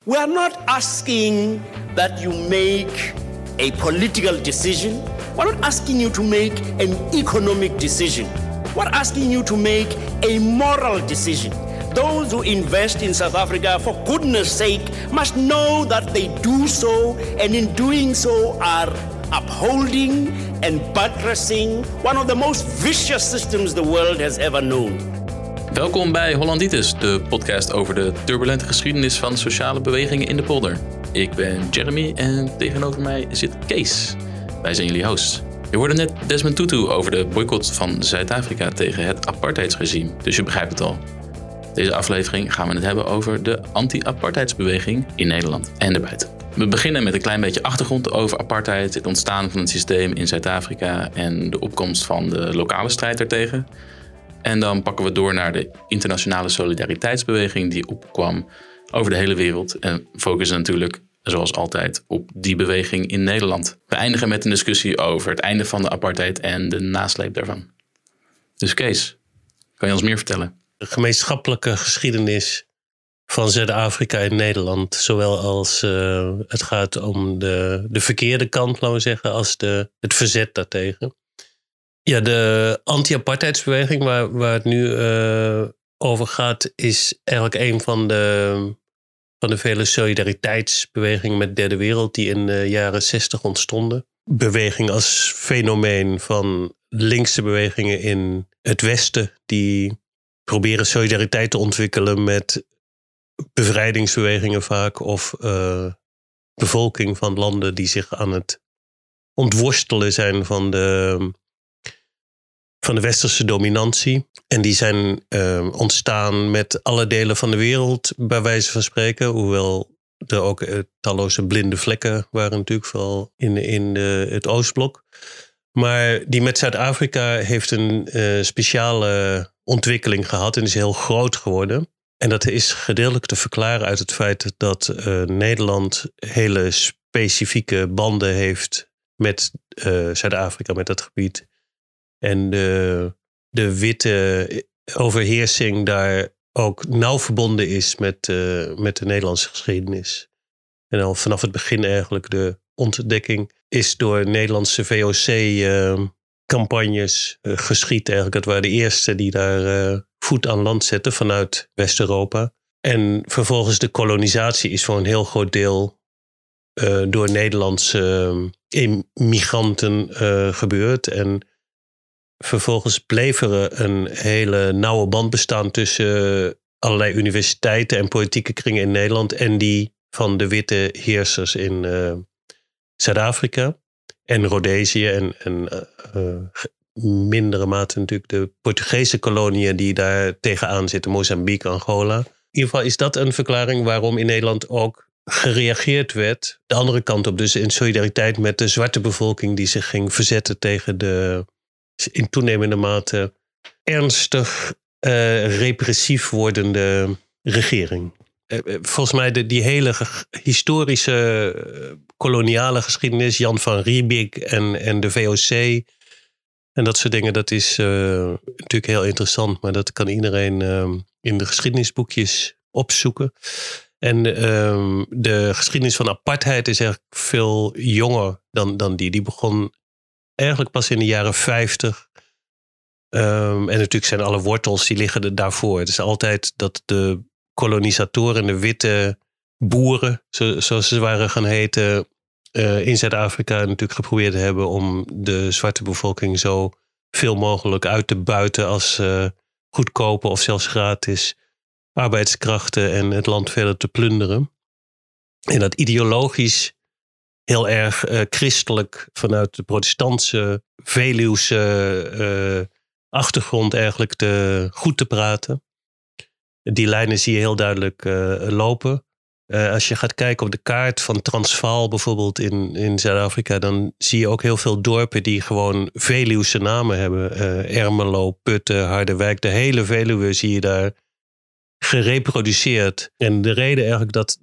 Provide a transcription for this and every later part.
We are not asking that you make a political decision. We're not asking you to make an economic decision. We're asking you to make a moral decision. Those who invest in South Africa, for goodness sake, must know that they do so, and in doing so are upholding and buttressing one of the most vicious systems the world has ever known. Welkom bij Hollanditis, de podcast over de turbulente geschiedenis van sociale bewegingen in de polder. Ik ben Jeremy en tegenover mij zit Kees. Wij zijn jullie hosts. Je hoorde net Desmond Tutu over de boycott van Zuid-Afrika tegen het apartheidsregime, dus je begrijpt het al. Deze aflevering gaan we het hebben over de anti-apartheidsbeweging in Nederland en daarbuiten. We beginnen met een klein beetje achtergrond over apartheid, het ontstaan van het systeem in Zuid-Afrika en de opkomst van de lokale strijd daartegen. En dan pakken we door naar de internationale solidariteitsbeweging die opkwam over de hele wereld. En focussen natuurlijk, zoals altijd, op die beweging in Nederland. We eindigen met een discussie over het einde van de apartheid en de nasleep daarvan. Dus Kees, kan je ons meer vertellen? De gemeenschappelijke geschiedenis van Zuid-Afrika en Nederland. Zowel als het gaat om de verkeerde kant, laten we zeggen, als het verzet daartegen. Ja, de anti-apartheidsbeweging waar het nu over gaat, is eigenlijk een van de vele solidariteitsbewegingen met de derde wereld die in de jaren 60 ontstonden. Beweging als fenomeen van linkse bewegingen in het Westen die proberen solidariteit te ontwikkelen met bevrijdingsbewegingen vaak of bevolking van landen die zich aan het ontworstelen zijn van de westerse dominantie. En die zijn ontstaan met alle delen van de wereld, bij wijze van spreken. Hoewel er ook talloze blinde vlekken waren natuurlijk, vooral in het Oostblok. Maar die met Zuid-Afrika heeft een speciale ontwikkeling gehad en is heel groot geworden. En dat is gedeeltelijk te verklaren uit het feit dat Nederland hele specifieke banden heeft met Zuid-Afrika, met dat gebied. En de witte overheersing daar ook nauw verbonden is met de Nederlandse geschiedenis. En al vanaf het begin eigenlijk de ontdekking is door Nederlandse VOC-campagnes geschied eigenlijk. Dat waren de eerste die daar voet aan land zetten vanuit West-Europa. En vervolgens de kolonisatie is voor een heel groot deel door Nederlandse immigranten gebeurd. En vervolgens bleef er een hele nauwe band bestaan tussen allerlei universiteiten en politieke kringen in Nederland en die van de witte heersers in Zuid-Afrika en Rhodesië en mindere mate natuurlijk de Portugese koloniën die daar tegenaan zitten, Mozambique, Angola. In ieder geval is dat een verklaring waarom in Nederland ook gereageerd werd. De andere kant op, dus in solidariteit met de zwarte bevolking die zich ging verzetten tegen de in toenemende mate ernstig repressief wordende regering. Volgens mij die hele historische koloniale geschiedenis, Jan van Riebeeck en de VOC en dat soort dingen, dat is natuurlijk heel interessant, maar dat kan iedereen in de geschiedenisboekjes opzoeken. En de geschiedenis van apartheid is eigenlijk veel jonger dan die. Die begon eigenlijk pas in de jaren 50. En natuurlijk zijn alle wortels, die liggen er daarvoor. Het is altijd dat de kolonisatoren, de witte boeren, zoals ze waren gaan heten, in Zuid-Afrika natuurlijk geprobeerd hebben om de zwarte bevolking zo veel mogelijk uit te buiten als goedkope of zelfs gratis arbeidskrachten en het land verder te plunderen. En dat ideologisch heel erg christelijk vanuit de protestantse, Veluwse achtergrond eigenlijk goed te praten. Die lijnen zie je heel duidelijk lopen. Als je gaat kijken op de kaart van Transvaal bijvoorbeeld in Zuid-Afrika, dan zie je ook heel veel dorpen die gewoon Veluwse namen hebben. Ermelo, Putten, Harderwijk, de hele Veluwe zie je daar gereproduceerd. En de reden eigenlijk dat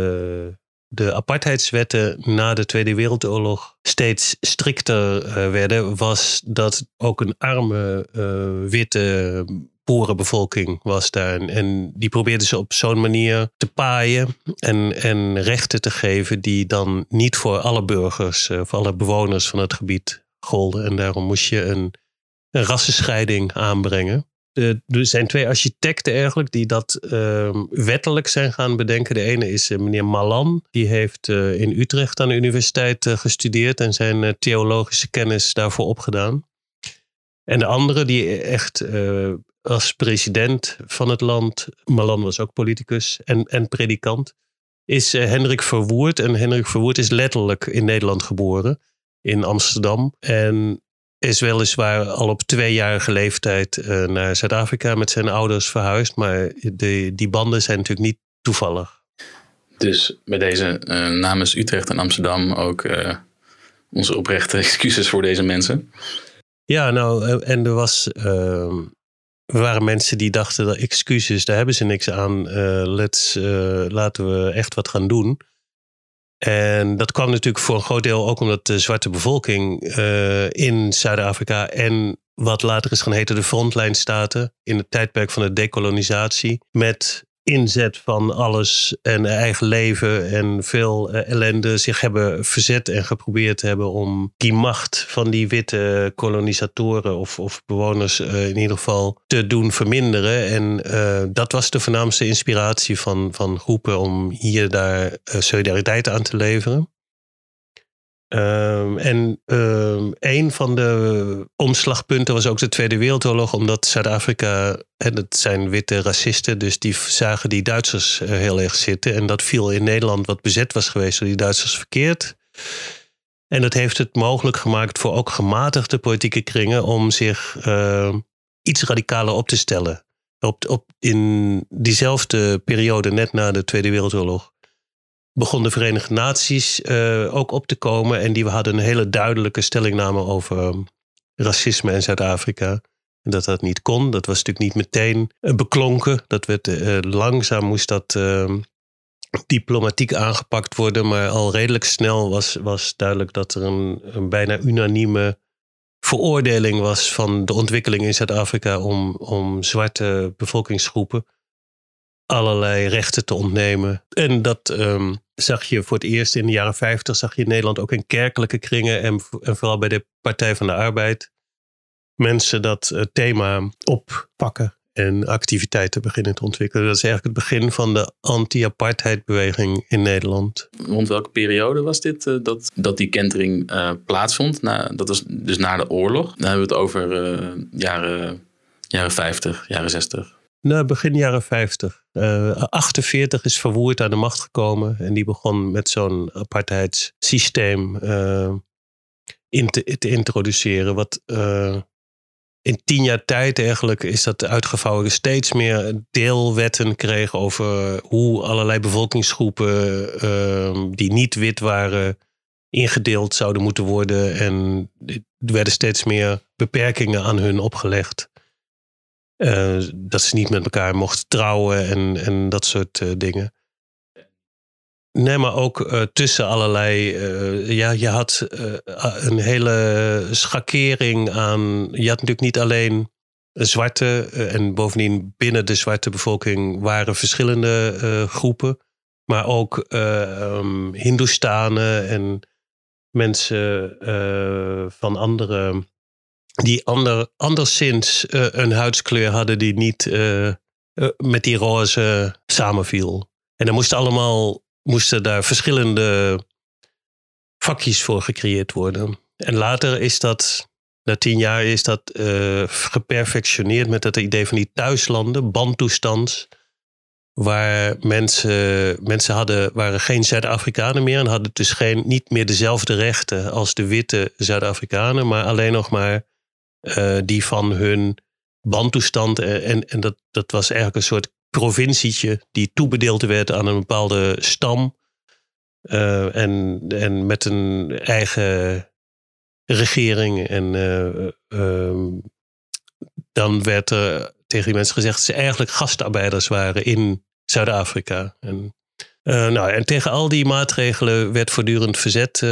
de apartheidswetten na de Tweede Wereldoorlog steeds strikter werden, was dat ook een arme witte boerenbevolking was daar. En die probeerden ze op zo'n manier te paaien en rechten te geven die dan niet voor alle burgers, voor alle bewoners van het gebied golden. En daarom moest je een rassenscheiding aanbrengen. Er zijn 2 architecten eigenlijk die dat wettelijk zijn gaan bedenken. De ene is meneer Malan. Die heeft in Utrecht aan de universiteit gestudeerd en zijn theologische kennis daarvoor opgedaan. En de andere die echt als president van het land, Malan was ook politicus en predikant, is Hendrik Verwoerd. En Hendrik Verwoerd is letterlijk in Nederland geboren, in Amsterdam. En is weliswaar al op 2-jarige leeftijd naar Zuid-Afrika met zijn ouders verhuisd. Maar die banden zijn natuurlijk niet toevallig. Dus bij deze namens Utrecht en Amsterdam ook onze oprechte excuses voor deze mensen. Ja, nou, en er waren mensen die dachten dat excuses, daar hebben ze niks aan. Laten we echt wat gaan doen. En dat kwam natuurlijk voor een groot deel ook omdat de zwarte bevolking in Zuid-Afrika en wat later is gaan heten de frontlijnstaten in het tijdperk van de dekolonisatie met inzet van alles en eigen leven en veel ellende zich hebben verzet en geprobeerd hebben om die macht van die witte kolonisatoren of bewoners in ieder geval te doen verminderen. En dat was de voornaamste inspiratie van groepen om daar solidariteit aan te leveren. Een van de omslagpunten was ook de Tweede Wereldoorlog, omdat Zuid-Afrika, dat zijn witte racisten, dus die zagen die Duitsers heel erg zitten. En dat viel in Nederland, wat bezet was geweest door die Duitsers, verkeerd. En dat heeft het mogelijk gemaakt voor ook gematigde politieke kringen om zich iets radicaler op te stellen. In diezelfde periode, net na de Tweede Wereldoorlog, begon de Verenigde Naties ook op te komen. En die hadden een hele duidelijke stellingname over racisme in Zuid-Afrika. En dat niet kon. Dat was natuurlijk niet meteen beklonken. Dat werd langzaam moest dat diplomatiek aangepakt worden. Maar al redelijk snel was duidelijk dat er een bijna unanieme veroordeling was van de ontwikkeling in Zuid-Afrika om zwarte bevolkingsgroepen allerlei rechten te ontnemen. En dat zag je voor het eerst in de jaren 50, zag je in Nederland ook in kerkelijke kringen en vooral bij de Partij van de Arbeid mensen dat thema oppakken en activiteiten beginnen te ontwikkelen. Dat is eigenlijk het begin van de anti-apartheidbeweging in Nederland. Rond welke periode was dit dat die kentering plaatsvond? Dat was dus na de oorlog. Dan hebben we het over jaren 50, jaren 60. Nou, begin jaren 50. 48 is Verwoerd aan de macht gekomen. En die begon met zo'n apartheidssysteem te introduceren. Wat in 10 jaar tijd eigenlijk is dat uitgevouwen. Steeds meer deelwetten kregen over hoe allerlei bevolkingsgroepen die niet wit waren ingedeeld zouden moeten worden. En er werden steeds meer beperkingen aan hun opgelegd. Dat ze niet met elkaar mochten trouwen en dat soort dingen. Nee, maar ook tussen allerlei... je had een hele schakering aan... Je had natuurlijk niet alleen zwarte... en bovendien binnen de zwarte bevolking waren verschillende groepen. Maar ook Hindoestanen en mensen van andere... die anderszins een huidskleur hadden die niet met die roze samenviel. En dan moesten daar verschillende vakjes voor gecreëerd worden. En later is dat, na 10 jaar, is dat geperfectioneerd met het idee van die thuislanden, Bantoestans, waar mensen waren geen Zuid-Afrikanen meer en hadden dus niet meer dezelfde rechten als de witte Zuid-Afrikanen, maar alleen nog maar die van hun Bantoestand. En dat was eigenlijk een soort provincietje die toebedeeld werd aan een bepaalde stam. En met een eigen regering. En dan werd er tegen die mensen gezegd dat ze eigenlijk gastarbeiders waren in Zuid-Afrika. En tegen al die maatregelen werd voortdurend verzet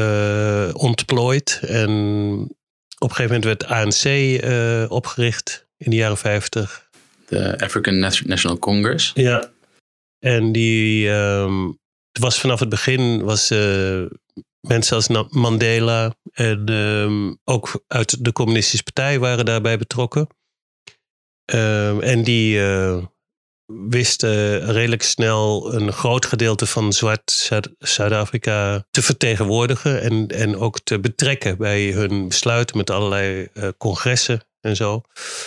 ontplooid. En op een gegeven moment werd ANC opgericht in de jaren 50. De African National Congress. Ja. En die was vanaf het begin mensen als Mandela en ook uit de Communistische Partij waren daarbij betrokken. En die wisten redelijk snel een groot gedeelte van zwart Zuid-Afrika te vertegenwoordigen en ook te betrekken bij hun besluiten met allerlei congressen en zo.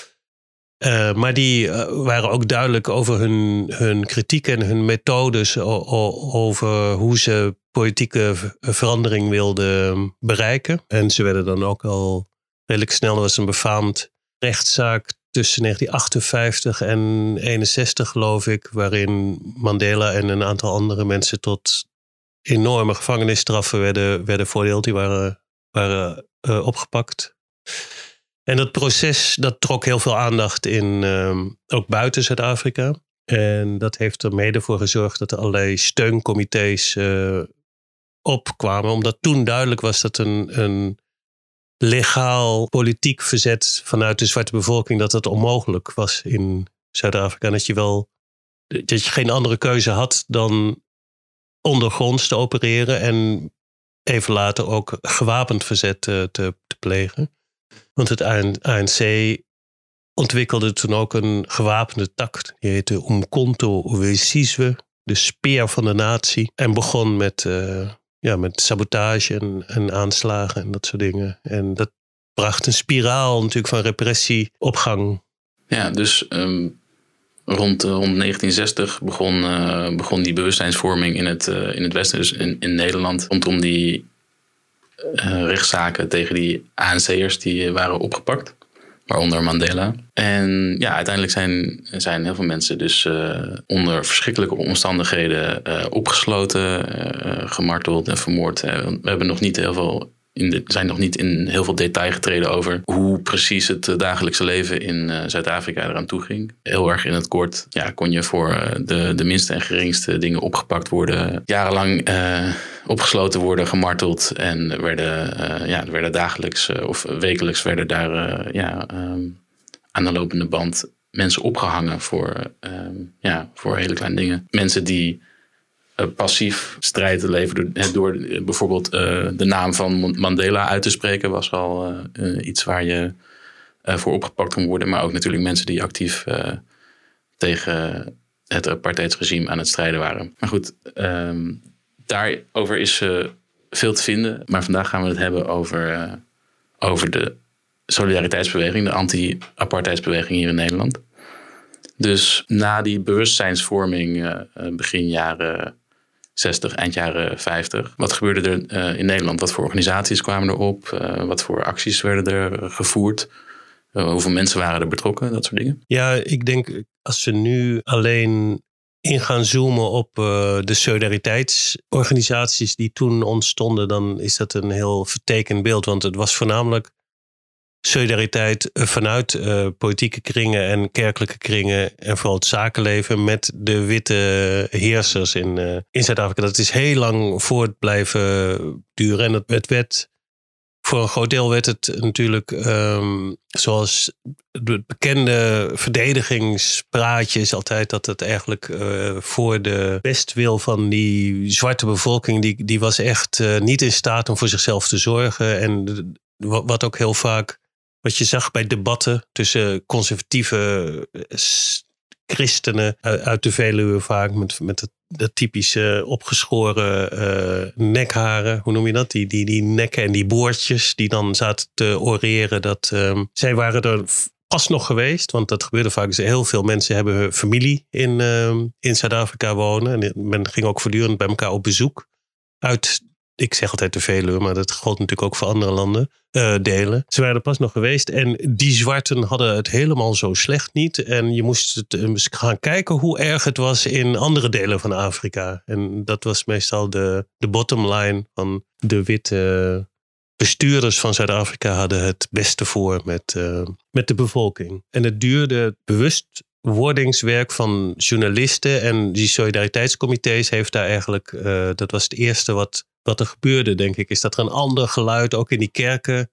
Maar die waren ook duidelijk over hun kritiek en hun methodes over hoe ze politieke verandering wilden bereiken. En ze werden dan ook al redelijk snel, er was een befaamd rechtszaak tussen 1958 en 61 geloof ik, waarin Mandela en een aantal andere mensen tot enorme gevangenisstraffen werden veroordeeld. Die waren opgepakt. En dat proces, dat trok heel veel aandacht in, ook buiten Zuid-Afrika. En dat heeft er mede voor gezorgd dat er allerlei steuncomité's opkwamen. Omdat toen duidelijk was dat een legaal politiek verzet vanuit de zwarte bevolking, dat onmogelijk was in Zuid-Afrika. En dat je geen andere keuze had dan ondergronds te opereren en even later ook gewapend verzet te plegen. Want het ANC ontwikkelde toen ook een gewapende tak. Die heette Umkhonto we Sizwe, de speer van de natie. En begon met sabotage en aanslagen en dat soort dingen. En dat bracht een spiraal natuurlijk van repressie op gang. Ja, dus rond 1960 begon die bewustzijnsvorming in het Westen, dus in Nederland, rondom die rechtszaken tegen die ANC'ers die waren opgepakt, waaronder Mandela. En ja, uiteindelijk zijn heel veel mensen dus onder verschrikkelijke omstandigheden opgesloten, gemarteld en vermoord. We hebben nog niet heel veel zijn nog niet in heel veel detail getreden over hoe precies het dagelijkse leven in Zuid-Afrika eraan toe ging. Heel erg in het kort kon je voor de minste en geringste dingen opgepakt worden. Jarenlang opgesloten worden, gemarteld. En werden dagelijks of wekelijks werden daar aan de lopende band mensen opgehangen voor hele kleine dingen. Mensen die passief strijd leveren door bijvoorbeeld de naam van Mandela uit te spreken was al iets waar je voor opgepakt kon worden. Maar ook natuurlijk mensen die actief tegen het apartheidsregime aan het strijden waren. Maar goed, daarover is veel te vinden. Maar vandaag gaan we het hebben over de solidariteitsbeweging, de anti-apartheidsbeweging hier in Nederland. Dus na die bewustzijnsvorming begin jaren 60, eind jaren 50. Wat gebeurde er in Nederland? Wat voor organisaties kwamen erop? Wat voor acties werden er gevoerd? Hoeveel mensen waren er betrokken? Dat soort dingen. Ja, ik denk als we nu alleen in gaan zoomen op de solidariteitsorganisaties die toen ontstonden, dan is dat een heel vertekend beeld. Want het was voornamelijk solidariteit vanuit politieke kringen en kerkelijke kringen en vooral het zakenleven met de witte heersers in Zuid-Afrika. Dat is heel lang voort blijven duren. En het werd, voor een groot deel werd het natuurlijk zoals het bekende verdedigingspraatje is altijd dat het eigenlijk voor de bestwil van die zwarte bevolking, die was echt niet in staat om voor zichzelf te zorgen. En wat ook heel vaak, wat je zag bij debatten tussen conservatieve christenen uit de Veluwe vaak met dat typische opgeschoren nekharen. Hoe noem je dat? Die nekken en die boordjes die dan zaten te oreren. Zij waren er pas nog geweest, want dat gebeurde vaak. Heel veel mensen hebben hun familie in Zuid-Afrika wonen. En men ging ook voortdurend bij elkaar op bezoek uit. Ik zeg altijd de Veluwe, maar dat geldt natuurlijk ook voor andere landen, delen. Ze waren er pas nog geweest en die zwarten hadden het helemaal zo slecht niet. En je moest gaan kijken hoe erg het was in andere delen van Afrika. En dat was meestal de bottom line van de witte bestuurders van Zuid-Afrika hadden het beste voor met de bevolking. En het duurde bewustwordingswerk van journalisten en die solidariteitscomité's heeft daar eigenlijk, dat was het eerste wat er gebeurde, denk ik, is dat er een ander geluid ook in die kerken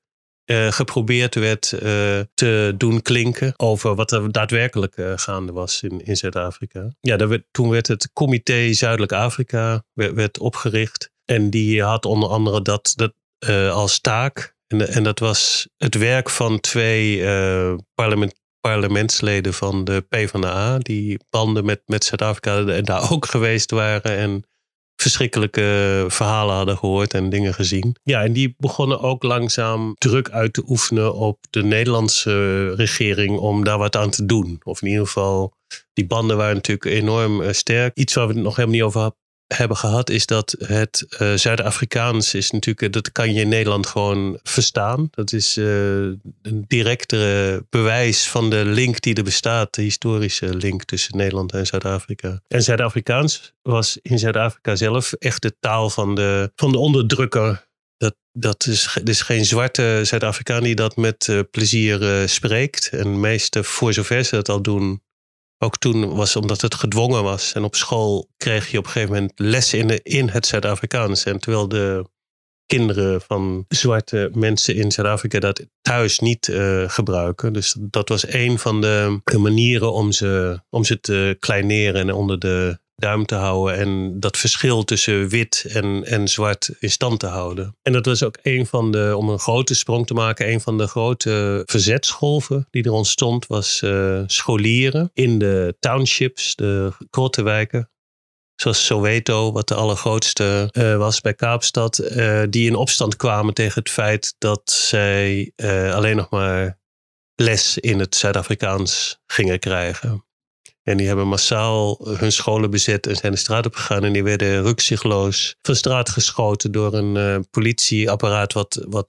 geprobeerd werd te doen klinken over wat er daadwerkelijk gaande was in Zuid-Afrika. Ja, toen werd het Comité Zuidelijk Afrika werd opgericht. En die had onder andere dat als taak. En dat was het werk van 2 parlementsleden van de PvdA. Die banden met Zuid-Afrika en daar ook geweest waren. En verschrikkelijke verhalen hadden gehoord en dingen gezien. Ja, en die begonnen ook langzaam druk uit te oefenen op de Nederlandse regering om daar wat aan te doen. Of in ieder geval, die banden waren natuurlijk enorm sterk. Iets waar we het nog helemaal niet over hebben gehad is dat het Zuid-Afrikaans is natuurlijk, dat kan je in Nederland gewoon verstaan. Dat is een directere bewijs van de link die er bestaat, de historische link tussen Nederland en Zuid-Afrika. En Zuid-Afrikaans was in Zuid-Afrika zelf echt de taal van de onderdrukker. Dat is dus geen zwarte Zuid-Afrikaan die dat met plezier spreekt. En de meeste, voor zover ze dat al doen, ook toen was omdat het gedwongen was. En op school kreeg je op een gegeven moment lessen in het Zuid-Afrikaans. En terwijl de kinderen van zwarte mensen in Zuid-Afrika dat thuis niet gebruiken. Dus dat was een van de manieren om ze te kleineren en onder de duim te houden. En dat verschil tussen wit en zwart in stand te houden. En dat was ook om een grote sprong te maken, een van de grote verzetsgolven die er ontstond, was scholieren in de townships, de grote wijken. Zoals Soweto, wat de allergrootste was bij Kaapstad. Die in opstand kwamen tegen het feit dat zij alleen nog maar les in het Zuid-Afrikaans gingen krijgen. En die hebben massaal hun scholen bezet en zijn de straat op gegaan. En die werden rukzichtloos van straat geschoten door een politieapparaat wat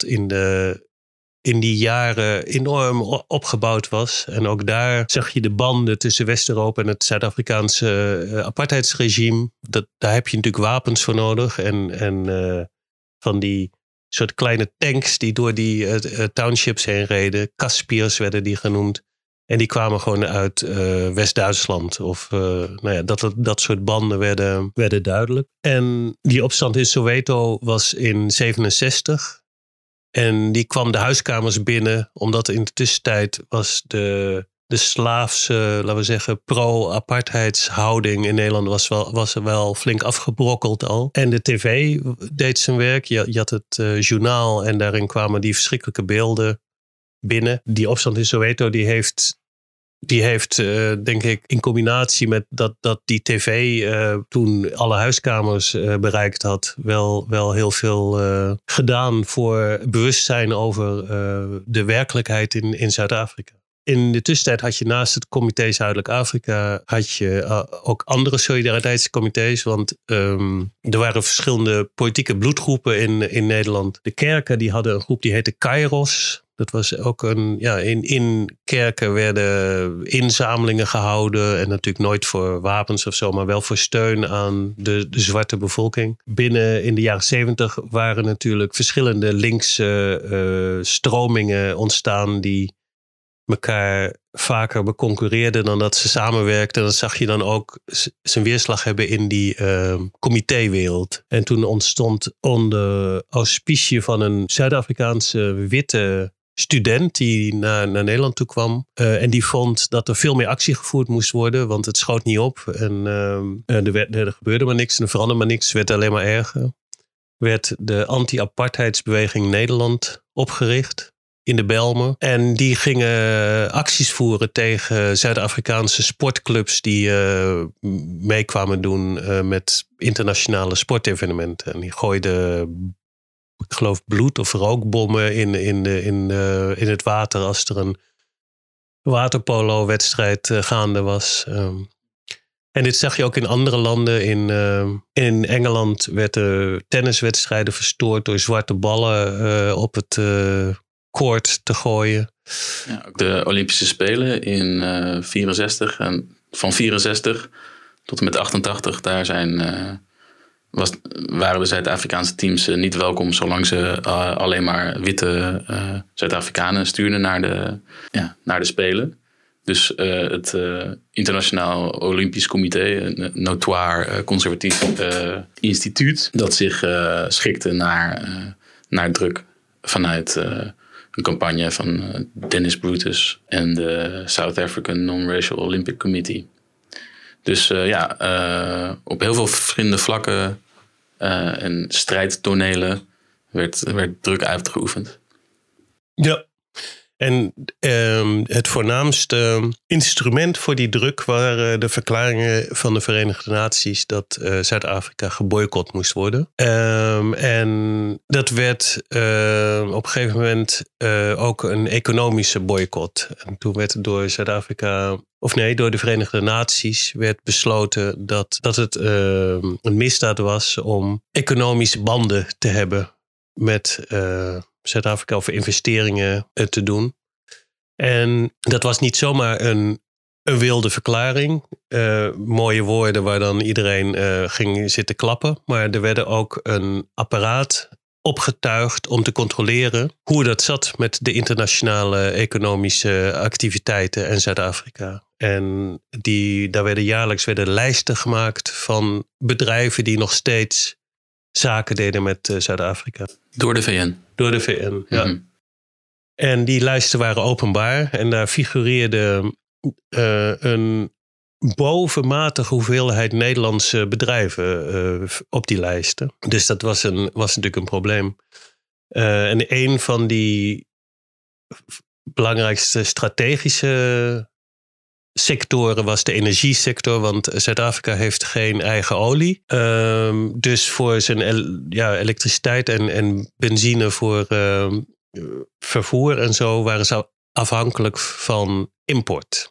in die jaren enorm opgebouwd was. En ook daar zag je de banden tussen West-Europa en het Zuid-Afrikaanse apartheidsregime. Daar heb je natuurlijk wapens voor nodig. En van die soort kleine tanks die door die townships heen reden. Kaspiers werden die genoemd. En die kwamen gewoon uit West-Duitsland. Of dat soort banden werden duidelijk. En die opstand in Soweto was in 1967. En die kwam de huiskamers binnen. Omdat in de tussentijd was de slaafse, laten we zeggen, pro-apartheidshouding in Nederland was wel flink afgebrokkeld al. En de tv deed zijn werk. Je had het journaal en daarin kwamen die verschrikkelijke beelden binnen. Die opstand in Soweto die heeft denk ik in combinatie met dat die tv toen alle huiskamers bereikt had, wel heel veel gedaan voor bewustzijn over de werkelijkheid in Zuid-Afrika. In de tussentijd had je naast het Comité Zuidelijk Afrika ook andere solidariteitscomité's. Want er waren verschillende politieke bloedgroepen in Nederland. De kerken die hadden een groep die heette Kairos. Dat was ook in kerken werden inzamelingen gehouden. En natuurlijk nooit voor wapens of zo, maar wel voor steun aan de zwarte bevolking. Binnen in de jaren 70 waren natuurlijk verschillende linkse stromingen ontstaan die elkaar vaker beconcurreerden dan dat ze samenwerkten. En dat zag je dan ook zijn weerslag hebben in die comitéwereld. En toen ontstond onder auspicie van een Zuid-Afrikaanse witte student die naar Nederland toe kwam. En die vond dat er veel meer actie gevoerd moest worden, want het schoot niet op. En er gebeurde maar niks en er veranderde maar niks. Het werd alleen maar erger. Werd de anti-apartheidsbeweging Nederland opgericht in de Bijlmer. En die gingen acties voeren tegen Zuid-Afrikaanse sportclubs die meekwamen doen met internationale sportevenementen. En die gooiden, ik geloof, bloed- of rookbommen in het water als er een waterpolo-wedstrijd gaande was. En dit zag je ook in andere landen. In Engeland werden tenniswedstrijden verstoord door zwarte ballen op het koord te gooien. Ja, ook de Olympische Spelen in 64 en van 64 tot en met 88, daar waren de Zuid-Afrikaanse teams niet welkom zolang ze alleen maar witte Zuid-Afrikanen stuurden naar de Spelen. Dus het Internationaal Olympisch Comité, een notoire conservatief instituut, dat zich schikte naar druk vanuit een campagne van Dennis Brutus en de South African Non-Racial Olympic Committee. Dus op heel veel verschillende vlakken en strijdtonelen werd druk uitgeoefend. Ja, en het voornaamste instrument voor die druk waren de verklaringen van de Verenigde Naties dat Zuid-Afrika geboycott moest worden. En dat werd op een gegeven moment ook een economische boycott. En toen werd door door de Verenigde Naties werd besloten dat het een misdaad was om economische banden te hebben met Zuid-Afrika of investeringen te doen. En dat was niet zomaar een wilde verklaring. Mooie woorden waar dan iedereen ging zitten klappen. Maar er werden ook een apparaat opgetuigd om te controleren hoe dat zat met de internationale economische activiteiten en Zuid-Afrika. En daar werden jaarlijks lijsten gemaakt van bedrijven die nog steeds zaken deden met Zuid-Afrika. Door de VN? Door de VN, ja. Mm-hmm. En die lijsten waren openbaar. En daar figureerde een bovenmatige hoeveelheid Nederlandse bedrijven op die lijsten. Dus dat was natuurlijk een probleem. En een van die belangrijkste strategische sectoren was de energiesector, want Zuid-Afrika heeft geen eigen olie. Dus voor zijn elektriciteit en benzine voor vervoer en zo waren ze afhankelijk van import.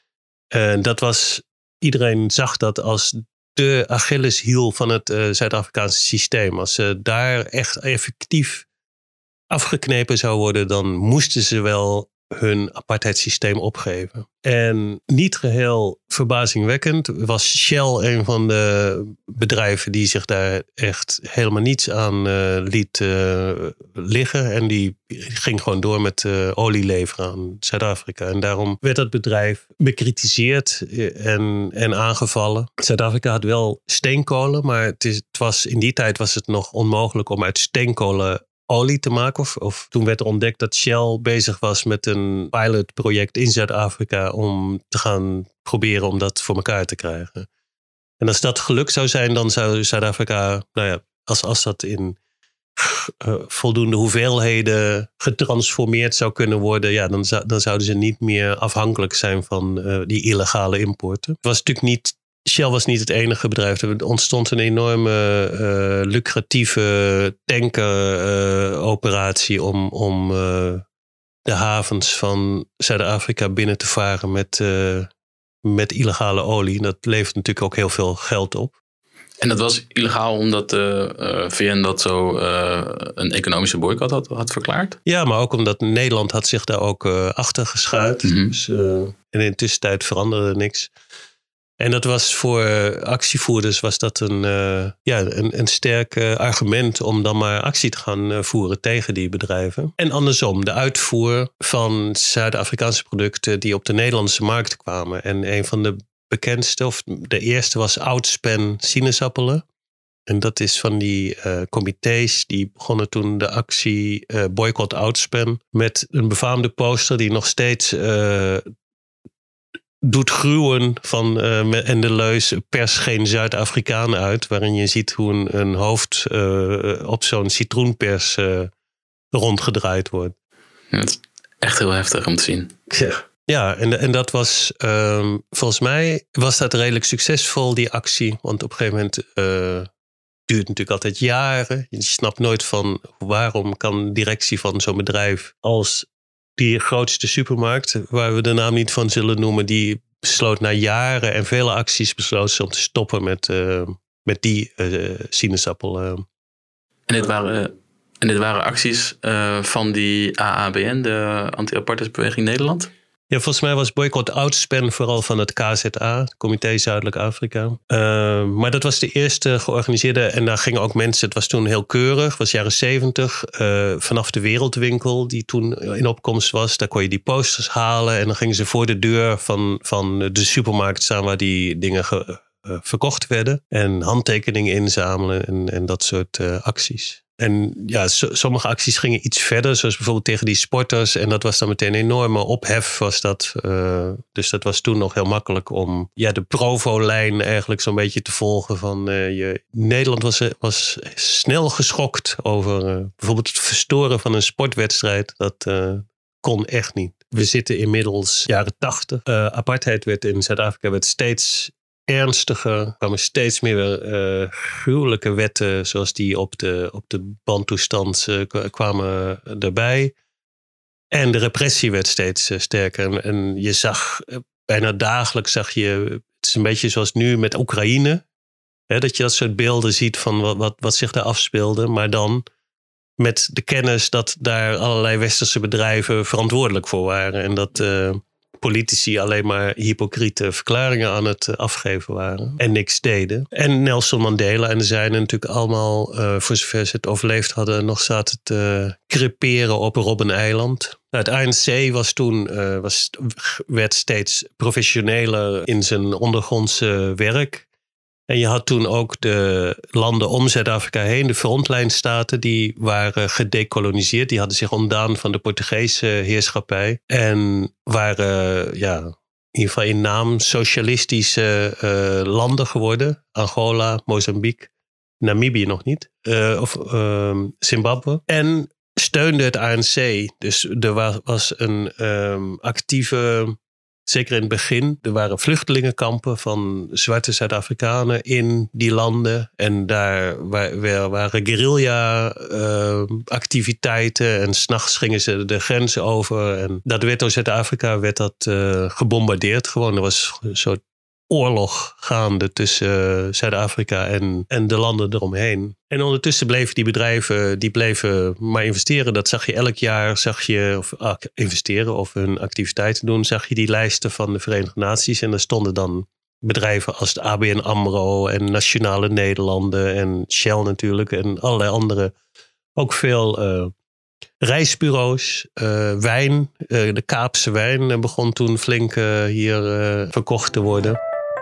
Iedereen zag dat als de Achilleshiel van het Zuid-Afrikaanse systeem. Als ze daar echt effectief afgeknepen zou worden, dan moesten ze wel hun apartheidssysteem opgeven. En niet geheel verbazingwekkend was Shell een van de bedrijven die zich daar echt helemaal niets aan liet liggen. En die ging gewoon door met olie leveren aan Zuid-Afrika. En daarom werd dat bedrijf bekritiseerd en aangevallen. Zuid-Afrika had wel steenkolen, maar in die tijd was het nog onmogelijk om uit steenkolen olie te maken. Of toen werd er ontdekt dat Shell bezig was met een pilotproject in Zuid-Afrika om te gaan proberen om dat voor elkaar te krijgen. En als dat gelukt zou zijn, dan zou Zuid-Afrika, als dat in voldoende hoeveelheden getransformeerd zou kunnen worden, dan zouden ze niet meer afhankelijk zijn van die illegale importen. Het was natuurlijk niet Shell was niet het enige bedrijf. Er ontstond een enorme lucratieve tankeroperatie om de havens van Zuid-Afrika binnen te varen met illegale olie. Dat levert natuurlijk ook heel veel geld op. En dat was illegaal omdat de VN dat zo een economische boycott had verklaard? Ja, maar ook omdat Nederland had zich daar ook achter geschuild. Mm-hmm. Dus, en in de tussentijd veranderde niks. En dat was voor actievoerders was dat een sterk argument om dan maar actie te gaan voeren tegen die bedrijven. En andersom, de uitvoer van Zuid-Afrikaanse producten die op de Nederlandse markt kwamen. En een van de bekendste, of de eerste, was Oudspan sinaasappelen. En dat is van die comité's die begonnen toen de actie Boycott Oudspan met een befaamde poster die nog steeds doet gruwen en de leus pers geen Zuid-Afrikaan uit, waarin je ziet hoe een hoofd op zo'n citroenpers rondgedraaid wordt. Ja, dat is echt heel heftig om te zien. Ja, en dat was volgens mij was dat redelijk succesvol, die actie. Want op een gegeven moment duurt natuurlijk altijd jaren. Je snapt nooit van waarom kan de directie van zo'n bedrijf als die grootste supermarkt, waar we de naam niet van zullen noemen, die besloot na jaren en vele acties om te stoppen met die sinaasappel. En dit waren acties van die AABN, de Anti-Apartheidsbeweging Nederland? Ja, volgens mij was Boycott Oudspan vooral van het KZA, het Comité Zuidelijk Afrika. Maar dat was de eerste georganiseerde, en daar gingen ook mensen, het was toen heel keurig, het was jaren 70, vanaf de Wereldwinkel die toen in opkomst was, daar kon je die posters halen en dan gingen ze voor de deur van de supermarkt staan waar die dingen verkocht werden en handtekeningen inzamelen en dat soort acties. En ja, sommige acties gingen iets verder. Zoals bijvoorbeeld tegen die sporters. En dat was dan meteen een enorme ophef. Was dat. Dus dat was toen nog heel makkelijk om de Provo-lijn eigenlijk zo'n beetje te volgen. Van, Nederland was snel geschokt over bijvoorbeeld het verstoren van een sportwedstrijd. Dat kon echt niet. We zitten inmiddels jaren 80. Apartheid werd in Zuid-Afrika steeds ernstiger. Er kwamen steeds meer gruwelijke wetten zoals die op de Bantu-stand kwamen erbij. En de repressie werd steeds sterker. En je zag, bijna dagelijks zag je, het is een beetje zoals nu met Oekraïne. Hè, dat je dat soort beelden ziet van wat zich daar afspeelde. Maar dan met de kennis dat daar allerlei westerse bedrijven verantwoordelijk voor waren. En dat politici alleen maar hypocriete verklaringen aan het afgeven waren. En niks deden. En Nelson Mandela en de zijnen natuurlijk allemaal, voor zover ze het overleefd hadden, nog zaten te creperen op Robben-eiland. Het ANC was toen, werd steeds professioneler in zijn ondergrondse werk. En je had toen ook de landen om Zuid-Afrika heen, de frontlijnstaten, die waren gedekoloniseerd. Die hadden zich ontdaan van de Portugese heerschappij. En waren in ieder geval in naam socialistische landen geworden. Angola, Mozambique, Namibië nog niet. Of Zimbabwe. En steunde het ANC. Dus er was een actieve... Zeker in het begin, er waren vluchtelingenkampen van zwarte Zuid-Afrikanen in die landen. En daar waren guerrilla-activiteiten. En 's nachts gingen ze de grenzen over. En dat werd door Zuid-Afrika gebombardeerd. Gewoon, er was een soort oorlog gaande tussen Zuid-Afrika en de landen eromheen. En ondertussen bleven die bedrijven maar investeren. Dat zag je elk jaar, investeren of hun activiteiten doen. Zag je die lijsten van de Verenigde Naties. En daar stonden dan bedrijven als de ABN AMRO en Nationale Nederlanden en Shell natuurlijk. En allerlei andere. Ook veel reisbureaus, wijn. De Kaapse wijn begon toen flink hier verkocht te worden.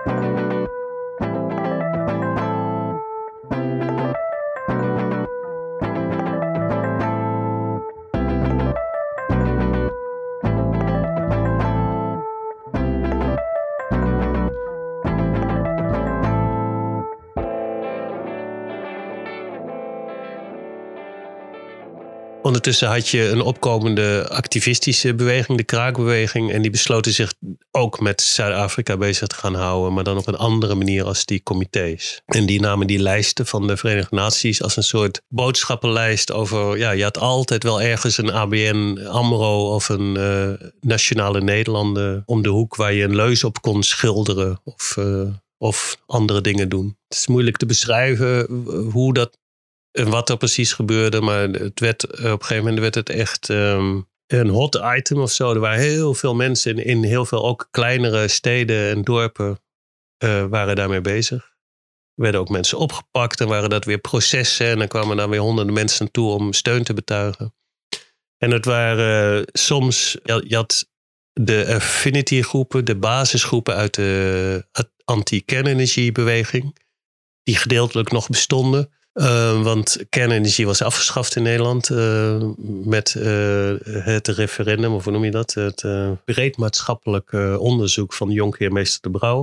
Ondertussen had je een opkomende activistische beweging, de kraakbeweging. En die besloten zich ook met Zuid-Afrika bezig te gaan houden. Maar dan op een andere manier als die comité's. En die namen die lijsten van de Verenigde Naties als een soort boodschappenlijst over... je had altijd wel ergens een ABN AMRO of een Nationale Nederlanden om de hoek waar je een leus op kon schilderen of andere dingen doen. Het is moeilijk te beschrijven hoe dat en wat er precies gebeurde, maar het werd, op een gegeven moment werd het echt een hot item of zo. Er waren heel veel mensen in heel veel ook kleinere steden en dorpen waren daarmee bezig. Er werden ook mensen opgepakt en waren dat weer processen. En dan kwamen daar weer honderden mensen naartoe om steun te betuigen. En het waren soms, je had de affinity groepen, de basisgroepen uit de anti-kernenergie beweging. Die gedeeltelijk nog bestonden. Want kernenergie was afgeschaft in Nederland met het referendum, of hoe noem je dat? Het breed maatschappelijk onderzoek van Jonkheer-meester De Brouw.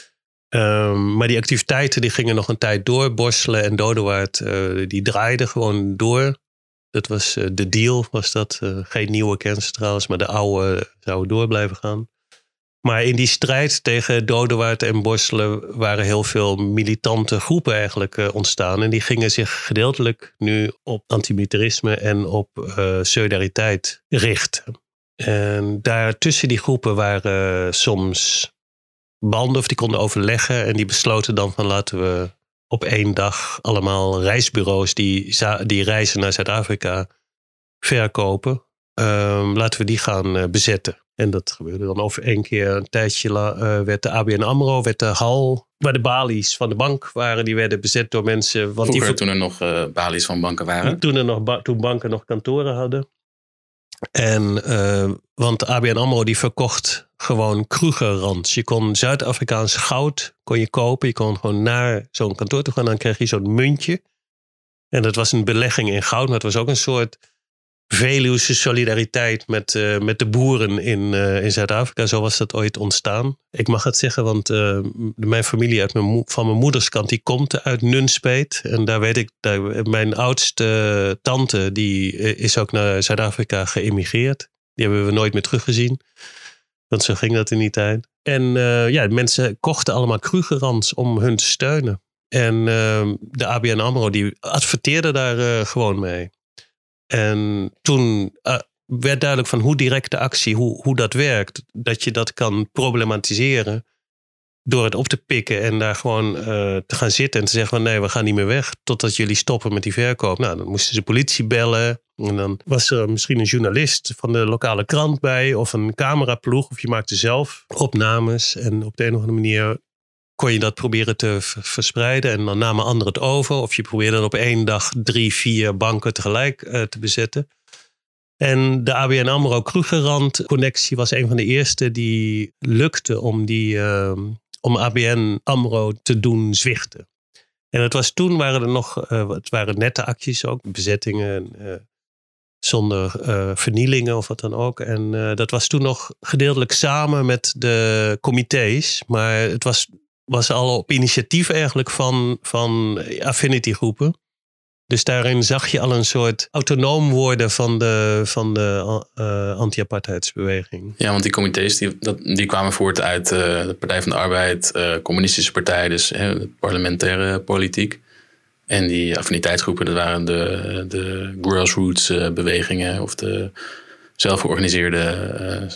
Maar die activiteiten die gingen nog een tijd door. Borselen en Dodewaard die draaiden gewoon door. Dat was de deal, was dat. Geen nieuwe kerncentrales, maar de oude zouden door blijven gaan. Maar in die strijd tegen Dodewaard en Borselen waren heel veel militante groepen eigenlijk ontstaan. En die gingen zich gedeeltelijk nu op antimilitarisme en op solidariteit richten. En daar tussen die groepen waren soms banden of die konden overleggen. En die besloten dan van laten we op één dag allemaal reisbureaus die reizen naar Zuid-Afrika verkopen. Laten we die gaan bezetten. En dat gebeurde dan over één keer. Een tijdje werd de ABN AMRO, werd de hal waar de balies van de bank waren, die werden bezet door mensen. Want toen er nog balies van banken waren? Toen banken nog kantoren hadden. En want de ABN AMRO die verkocht gewoon Krugerrands. Je kon Zuid-Afrikaans goud kopen. Je kon gewoon naar zo'n kantoor toe gaan. Dan kreeg je zo'n muntje. En dat was een belegging in goud, maar het was ook een soort Veluwse solidariteit met de boeren in Zuid-Afrika. Zo was dat ooit ontstaan. Ik mag het zeggen, want mijn familie van mijn moeders kant, die komt uit Nunspeet. En daar weet ik, mijn oudste tante, die is ook naar Zuid-Afrika geëmigreerd. Die hebben we nooit meer teruggezien. Want zo ging dat in die tijd. En mensen kochten allemaal Krugerrands om hun te steunen. En de ABN AMRO die adverteerde daar gewoon mee. En toen werd duidelijk van hoe directe actie, hoe dat werkt. Dat je dat kan problematiseren door het op te pikken en daar gewoon te gaan zitten en te zeggen van nee, we gaan niet meer weg totdat jullie stoppen met die verkoop. Nou, dan moesten ze politie bellen en dan was er misschien een journalist van de lokale krant bij of een cameraploeg of je maakte zelf opnames en op de een of andere manier kon je dat proberen te verspreiden en dan namen anderen het over. Of je probeerde dan op 1 dag 3-4 banken tegelijk te bezetten. En de ABN AMRO Krugerrand-connectie was een van de eerste die lukte om ABN AMRO te doen zwichten. En het waren nette acties ook, bezettingen zonder vernielingen of wat dan ook. En dat was toen nog gedeeltelijk samen met de comité's, maar het was al op initiatief eigenlijk van affinity groepen. Dus daarin zag je al een soort autonoom worden van de anti-apartheidsbeweging. Ja, want die comité's die kwamen voort uit de Partij van de Arbeid, communistische partij, dus de parlementaire politiek. En die affiniteitsgroepen, dat waren de grassroots bewegingen of de zelfgeorganiseerde.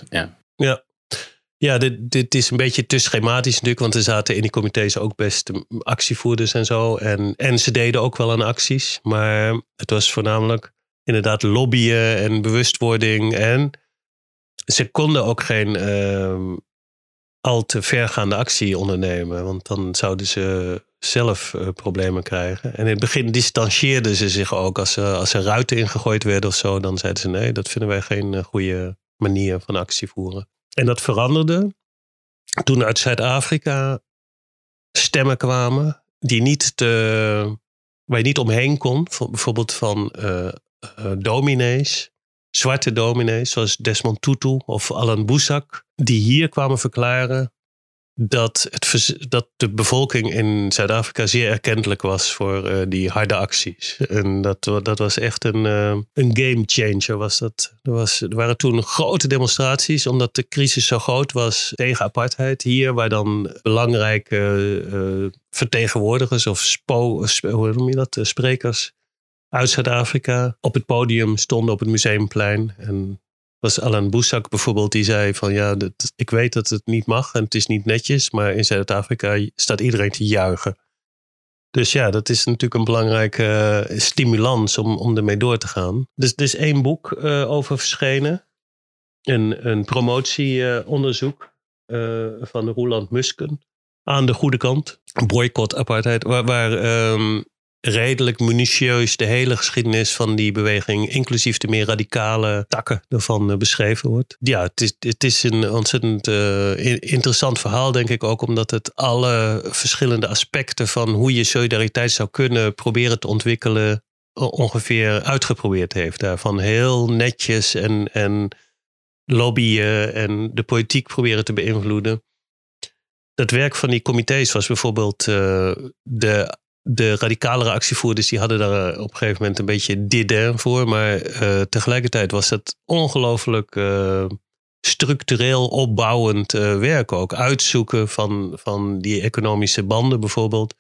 Ja, dit is een beetje te schematisch natuurlijk, want er zaten in die comité's ook best actievoerders en zo. En ze deden ook wel aan acties, maar het was voornamelijk inderdaad lobbyen en bewustwording. En ze konden ook geen al te vergaande actie ondernemen, want dan zouden ze zelf problemen krijgen. En in het begin distancieerden ze zich ook. Als er ruiten ingegooid werden of zo, dan zeiden ze nee, dat vinden wij geen goede manier van actie voeren. En dat veranderde toen uit Zuid-Afrika stemmen kwamen waar je niet omheen kon. Bijvoorbeeld van dominees, zwarte dominees zoals Desmond Tutu of Alan Boesak. Die hier kwamen verklaren dat de bevolking in Zuid-Afrika zeer erkentelijk was voor die harde acties. En dat was echt een game changer. Er waren toen grote demonstraties, omdat de crisis zo groot was tegen apartheid. Hier, waar dan belangrijke vertegenwoordigers of sprekers uit Zuid-Afrika op het podium stonden op het Museumplein. En was Alan Boesak bijvoorbeeld, die zei van ja, ik weet dat het niet mag en het is niet netjes, maar in Zuid-Afrika staat iedereen te juichen. Dus ja, dat is natuurlijk een belangrijke stimulans om ermee door te gaan. Dus er is 1 boek over verschenen. Een promotieonderzoek van Roeland Musken. Aan de goede kant. Boycott apartheid. Waar redelijk minutieus de hele geschiedenis van die beweging, inclusief de meer radicale takken ervan beschreven wordt. Ja, het is een ontzettend interessant verhaal, denk ik ook, omdat het alle verschillende aspecten van hoe je solidariteit zou kunnen proberen te ontwikkelen ongeveer uitgeprobeerd heeft. Daarvan heel netjes en lobbyen en de politiek proberen te beïnvloeden. Dat werk van die comité's was bijvoorbeeld de radicalere actievoerders, die hadden daar op een gegeven moment een beetje dédain voor. Maar tegelijkertijd was dat ongelooflijk structureel opbouwend werk ook. Uitzoeken van die economische banden bijvoorbeeld.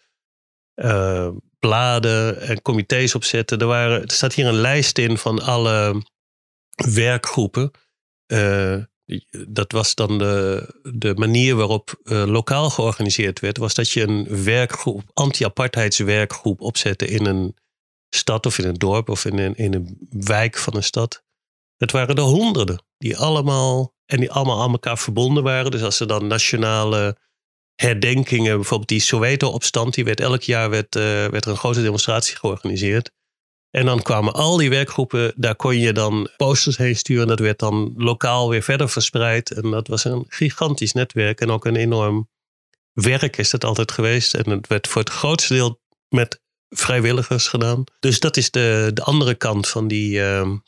Bladen en comité's opzetten. Er staat hier een lijst in van alle werkgroepen. Dat was dan de manier waarop lokaal georganiseerd werd. Was dat je een werkgroep, anti-apartheidswerkgroep opzette in een stad of in een dorp of in een wijk van een stad. Het waren er honderden die allemaal aan elkaar verbonden waren. Dus als er dan nationale herdenkingen, bijvoorbeeld die Soweto-opstand, die werd elk jaar werd er een grote demonstratie georganiseerd. En dan kwamen al die werkgroepen, daar kon je dan posters heen sturen. Dat werd dan lokaal weer verder verspreid. En dat was een gigantisch netwerk. En ook een enorm werk is dat altijd geweest. En het werd voor het grootste deel met vrijwilligers gedaan. Dus dat is de andere kant van die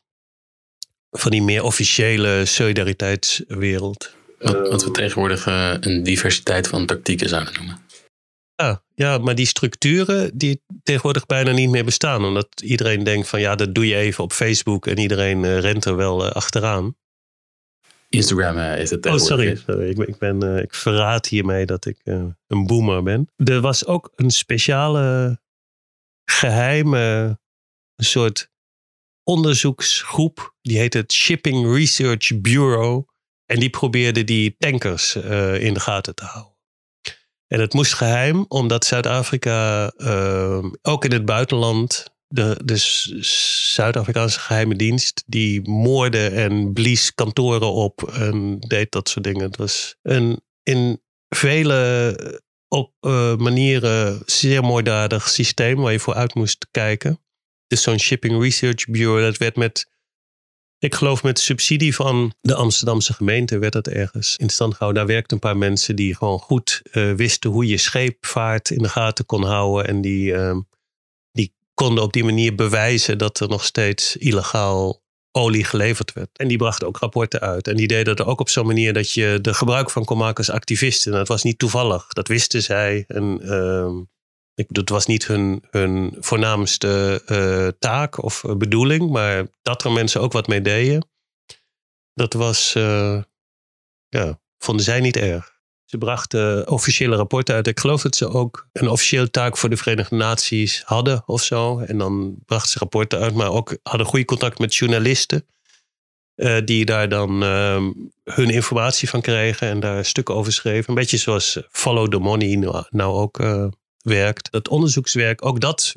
meer officiële solidariteitswereld. Wat we tegenwoordig een diversiteit van tactieken zouden noemen. Ja, maar die structuren die tegenwoordig bijna niet meer bestaan. Omdat iedereen denkt van dat doe je even op Facebook en iedereen rent er wel achteraan. Instagram is het tegenwoordig. Sorry. Ik verraad hiermee dat ik een boomer ben. Er was ook een speciale geheime soort onderzoeksgroep. Die heette het Shipping Research Bureau. En die probeerde die tankers in de gaten te houden. En het moest geheim, omdat Zuid-Afrika ook in het buitenland, de Zuid-Afrikaanse geheime dienst, die moordde en blies kantoren op en deed dat soort dingen. Het was een in vele manieren zeer moorddadig systeem waar je voor uit moest kijken. Dus zo'n Shipping Research Bureau, dat werd ik geloof met subsidie van de Amsterdamse gemeente werd dat ergens in stand gehouden. Daar werkten een paar mensen die gewoon goed wisten hoe je scheepvaart in de gaten kon houden. En die konden op die manier bewijzen dat er nog steeds illegaal olie geleverd werd. En die brachten ook rapporten uit. En die deden dat ook op zo'n manier dat je er gebruik van kon maken als activisten. En dat was niet toevallig. Dat wisten zij. En het was niet hun voornaamste taak of bedoeling, maar dat er mensen ook wat mee deden, dat was, vonden zij niet erg. Ze brachten officiële rapporten uit. Ik geloof dat ze ook een officiële taak voor de Verenigde Naties hadden of zo. En dan brachten ze rapporten uit, maar ook hadden goede contact met journalisten die daar dan hun informatie van kregen en daar stukken over schreven. Een beetje zoals Follow the Money nou ook werkt. Dat onderzoekswerk, ook dat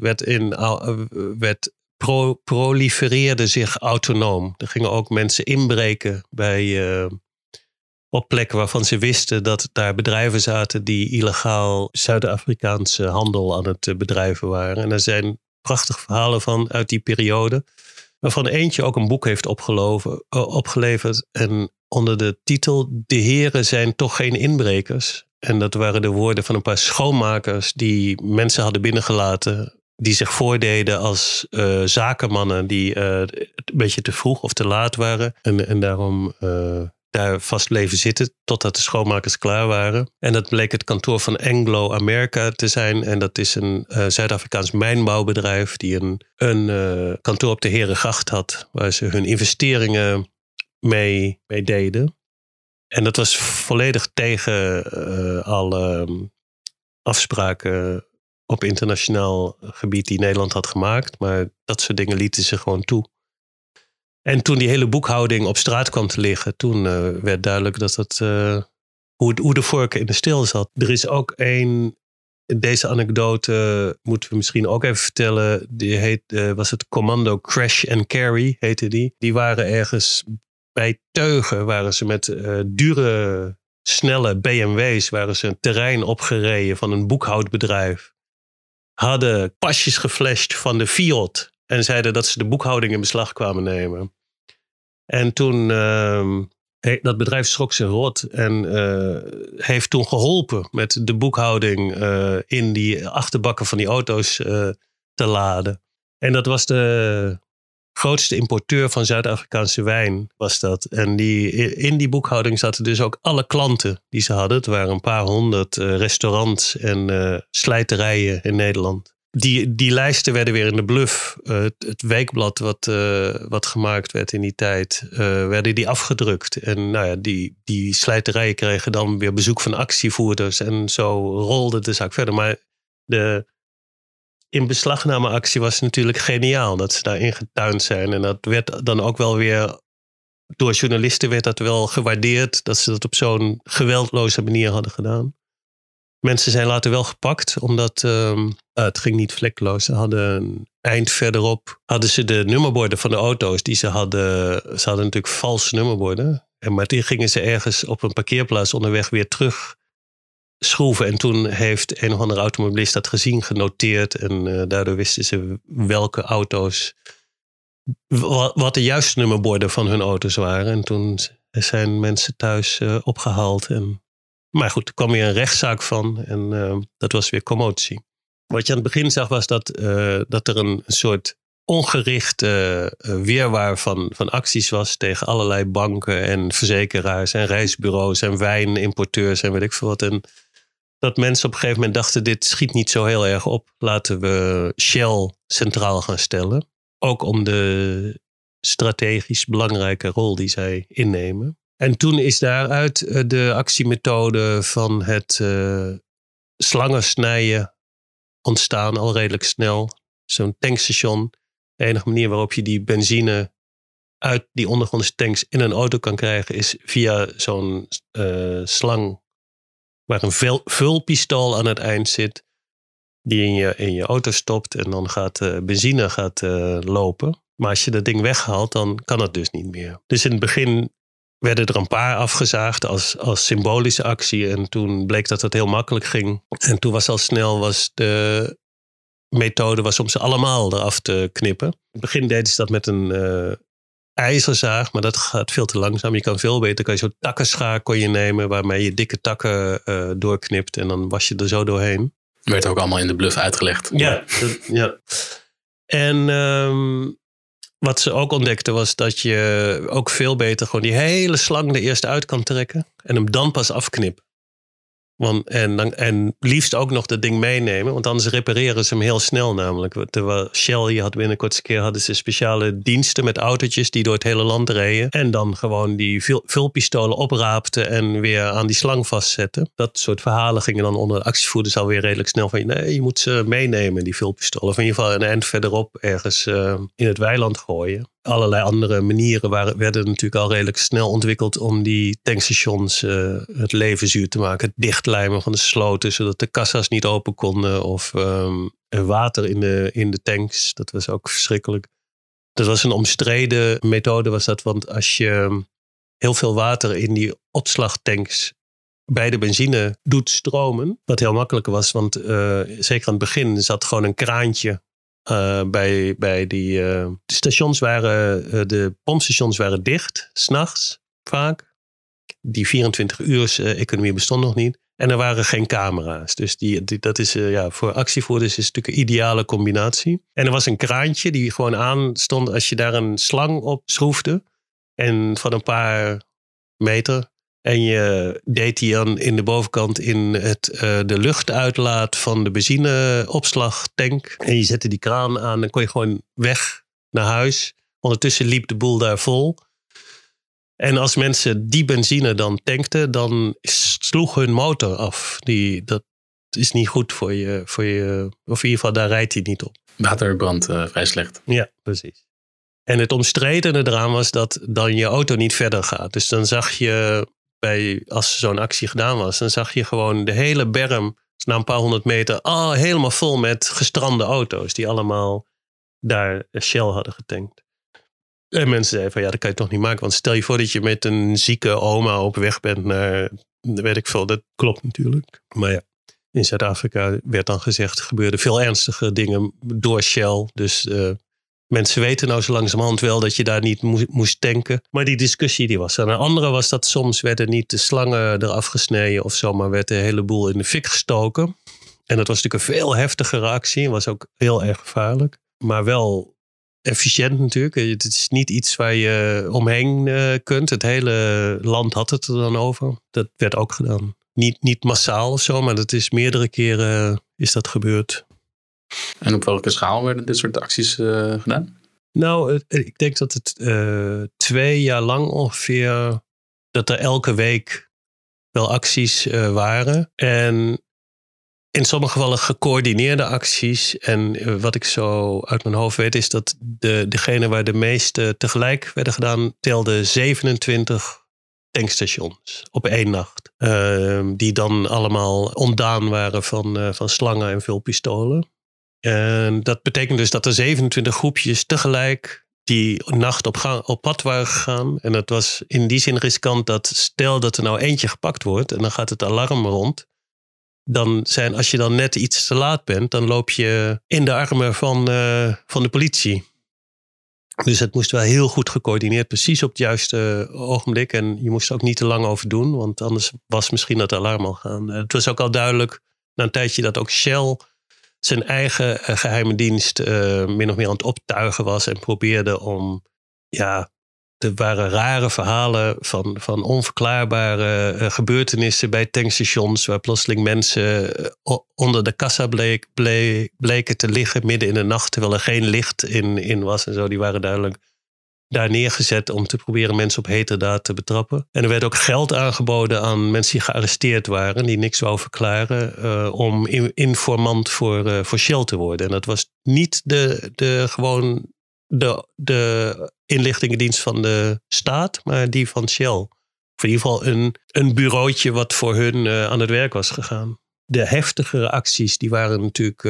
prolifereerde zich autonoom. Er gingen ook mensen inbreken op plekken waarvan ze wisten dat daar bedrijven zaten die illegaal Zuid-Afrikaanse handel aan het bedrijven waren. En er zijn prachtige verhalen van uit die periode, waarvan eentje ook een boek heeft opgeleverd. En onder de titel De heren zijn toch geen inbrekers. En dat waren de woorden van een paar schoonmakers die mensen hadden binnengelaten, die zich voordeden als zakenmannen die een beetje te vroeg of te laat waren. En daarom daar vast bleven zitten totdat de schoonmakers klaar waren. En dat bleek het kantoor van Anglo America te zijn. En dat is een Zuid-Afrikaans mijnbouwbedrijf die een kantoor op de Herengracht had, waar ze hun investeringen mee deden. En dat was volledig tegen alle afspraken op internationaal gebied die Nederland had gemaakt. Maar dat soort dingen lieten ze gewoon toe. En toen die hele boekhouding op straat kwam te liggen, toen werd duidelijk dat hoe de vork in de steel zat. Er is ook deze anekdote moeten we misschien ook even vertellen. Die was het Commando Crash and Carry, heette die. Die waren ergens bij Teugen, waren ze met dure, snelle BMW's, waren ze een terrein opgereden van een boekhoudbedrijf. Hadden pasjes geflasht van de Fiat en zeiden dat ze de boekhouding in beslag kwamen nemen. En toen, dat bedrijf schrok zich rot en heeft toen geholpen met de boekhouding in die achterbakken van die auto's te laden. En dat was de grootste importeur van Zuid-Afrikaanse wijn, was dat. En in die boekhouding zaten dus ook alle klanten die ze hadden. Het waren een paar honderd restaurants en slijterijen in Nederland. Die lijsten werden weer in de Bluff, het weekblad wat gemaakt werd in die tijd, werden die afgedrukt. En nou ja, die slijterijen kregen dan weer bezoek van actievoerders en zo rolde de zaak verder. Maar de inbeslagnameactie was natuurlijk geniaal, dat ze daarin getuind zijn. En dat werd dan ook wel weer, door journalisten werd dat wel gewaardeerd, dat ze dat op zo'n geweldloze manier hadden gedaan. Mensen zijn later wel gepakt, omdat het ging niet vlekkeloos. Ze hadden een eind verderop, hadden ze de nummerborden van de auto's die ze hadden. Ze hadden natuurlijk valse nummerborden. Maar die gingen ze ergens op een parkeerplaats onderweg weer terug schroeven. En toen heeft een of andere automobilist dat gezien, genoteerd. En daardoor wisten ze welke auto's, wat de juiste nummerborden van hun auto's waren. En toen zijn mensen thuis opgehaald. Maar goed, er kwam weer een rechtszaak van en dat was weer commotie. Wat je aan het begin zag was dat er een soort ongerichte weerwaar van acties was tegen allerlei banken en verzekeraars en reisbureaus en wijnimporteurs en weet ik veel wat. En dat mensen op een gegeven moment dachten, dit schiet niet zo heel erg op. Laten we Shell centraal gaan stellen. Ook om de strategisch belangrijke rol die zij innemen. En toen is daaruit de actiemethode van het slangen snijden ontstaan al redelijk snel. Zo'n tankstation. De enige manier waarop je die benzine uit die ondergrondse tanks in een auto kan krijgen is via zo'n slang waar een vulpistool aan het eind zit. Die in je auto stopt en dan gaat benzine lopen. Maar als je dat ding weghaalt, dan kan het dus niet meer. Dus in het begin werden er een paar afgezaagd als symbolische actie. En toen bleek dat het heel makkelijk ging. En toen was al snel de methode om ze allemaal eraf te knippen. In het begin deden ze dat met een ijzerzaag, maar dat gaat veel te langzaam. Je kan veel beter, kan je zo'n takkenschaar nemen waarmee je dikke takken doorknipt en dan was je er zo doorheen. Werd ook allemaal in de bluff uitgelegd. Ja. En wat ze ook ontdekten was dat je ook veel beter gewoon die hele slang er eerst uit kan trekken en hem dan pas afknippen. En liefst ook nog dat ding meenemen, want anders repareren ze hem heel snel namelijk. Terwijl Shell hier had binnenkort eens een keer hadden ze speciale diensten met autootjes die door het hele land reden. En dan gewoon die vulpistolen opraapten en weer aan die slang vastzetten. Dat soort verhalen gingen dan onder de actievoerders alweer redelijk snel van nee, je moet ze meenemen, die vulpistolen. Of in ieder geval een eind verderop ergens in het weiland gooien. Allerlei andere manieren werden natuurlijk al redelijk snel ontwikkeld om die tankstations het leven zuur te maken. Het dichtlijmen van de sloten, zodat de kassa's niet open konden. Of water in de tanks, dat was ook verschrikkelijk. Dat was een omstreden methode was dat, want als je heel veel water in die opslagtanks bij de benzine doet stromen, wat heel makkelijk was, want zeker aan het begin zat gewoon een kraantje bij die stations de pompstations waren dicht, 's nachts vaak. Die 24-uurs-economie bestond nog niet. En er waren geen camera's. Dus dat is voor actievoerders is het natuurlijk een ideale combinatie. En er was een kraantje die gewoon aanstond als je daar een slang op schroefde. En van een paar meter. En je deed die dan in de bovenkant in de luchtuitlaat van de benzineopslagtank. En je zette die kraan aan. Dan kon je gewoon weg naar huis. Ondertussen liep de boel daar vol. En als mensen die benzine dan tankten, dan sloeg hun motor af. Dat is niet goed voor je. Of in ieder geval, daar rijdt hij niet op. Water brandt vrij slecht. Ja, precies. En het omstredene eraan was dat dan je auto niet verder gaat. Dus dan zag je, als zo'n actie gedaan was, dan zag je gewoon de hele berm, na een paar 100 meter, helemaal vol met gestrande auto's. Die allemaal daar Shell hadden getankt. En mensen zeiden van dat kan je toch niet maken. Want stel je voor dat je met een zieke oma op weg bent naar, weet ik veel, dat klopt natuurlijk. Maar ja, in Zuid-Afrika werd dan gezegd, gebeurden veel ernstige dingen door Shell. Dus mensen weten nou zo langzamerhand wel dat je daar niet moest tanken. Maar die discussie die was er. En een andere was dat soms werden niet de slangen eraf gesneden of zo, maar werd de hele boel in de fik gestoken. En dat was natuurlijk een veel heftigere actie. Was ook heel erg gevaarlijk. Maar wel efficiënt natuurlijk. Het is niet iets waar je omheen kunt. Het hele land had het er dan over. Dat werd ook gedaan. Niet massaal of zo, maar dat is meerdere keren is dat gebeurd. En op welke schaal werden dit soort acties gedaan? Nou, ik denk dat het 2 jaar lang ongeveer, dat er elke week wel acties waren. En in sommige gevallen gecoördineerde acties. En wat ik zo uit mijn hoofd weet is dat degene waar de meeste tegelijk werden gedaan, telde 27 tankstations op 1 nacht. Die dan allemaal ontdaan waren van slangen en vulpistolen. En dat betekent dus dat er 27 groepjes tegelijk die nacht op pad waren gegaan. En dat was in die zin riskant dat stel dat er nou eentje gepakt wordt en dan gaat het alarm rond. Als je dan net iets te laat bent, dan loop je in de armen van de politie. Dus het moest wel heel goed gecoördineerd, precies op het juiste ogenblik. En je moest er ook niet te lang over doen, want anders was misschien dat alarm al gaan. Het was ook al duidelijk na een tijdje dat ook Shell zijn eigen geheime dienst min of meer aan het optuigen was en probeerde om, er waren rare verhalen van onverklaarbare gebeurtenissen bij tankstations waar plotseling mensen onder de kassa bleken te liggen midden in de nacht terwijl er geen licht in was en zo. Die waren duidelijk daar neergezet om te proberen mensen op heterdaad te betrappen. En er werd ook geld aangeboden aan mensen die gearresteerd waren, die niks wou verklaren, om informant voor Shell te worden. En dat was niet de inlichtingendienst van de staat, maar die van Shell. Of in ieder geval een bureautje wat voor hun aan het werk was gegaan. De heftigere acties die waren natuurlijk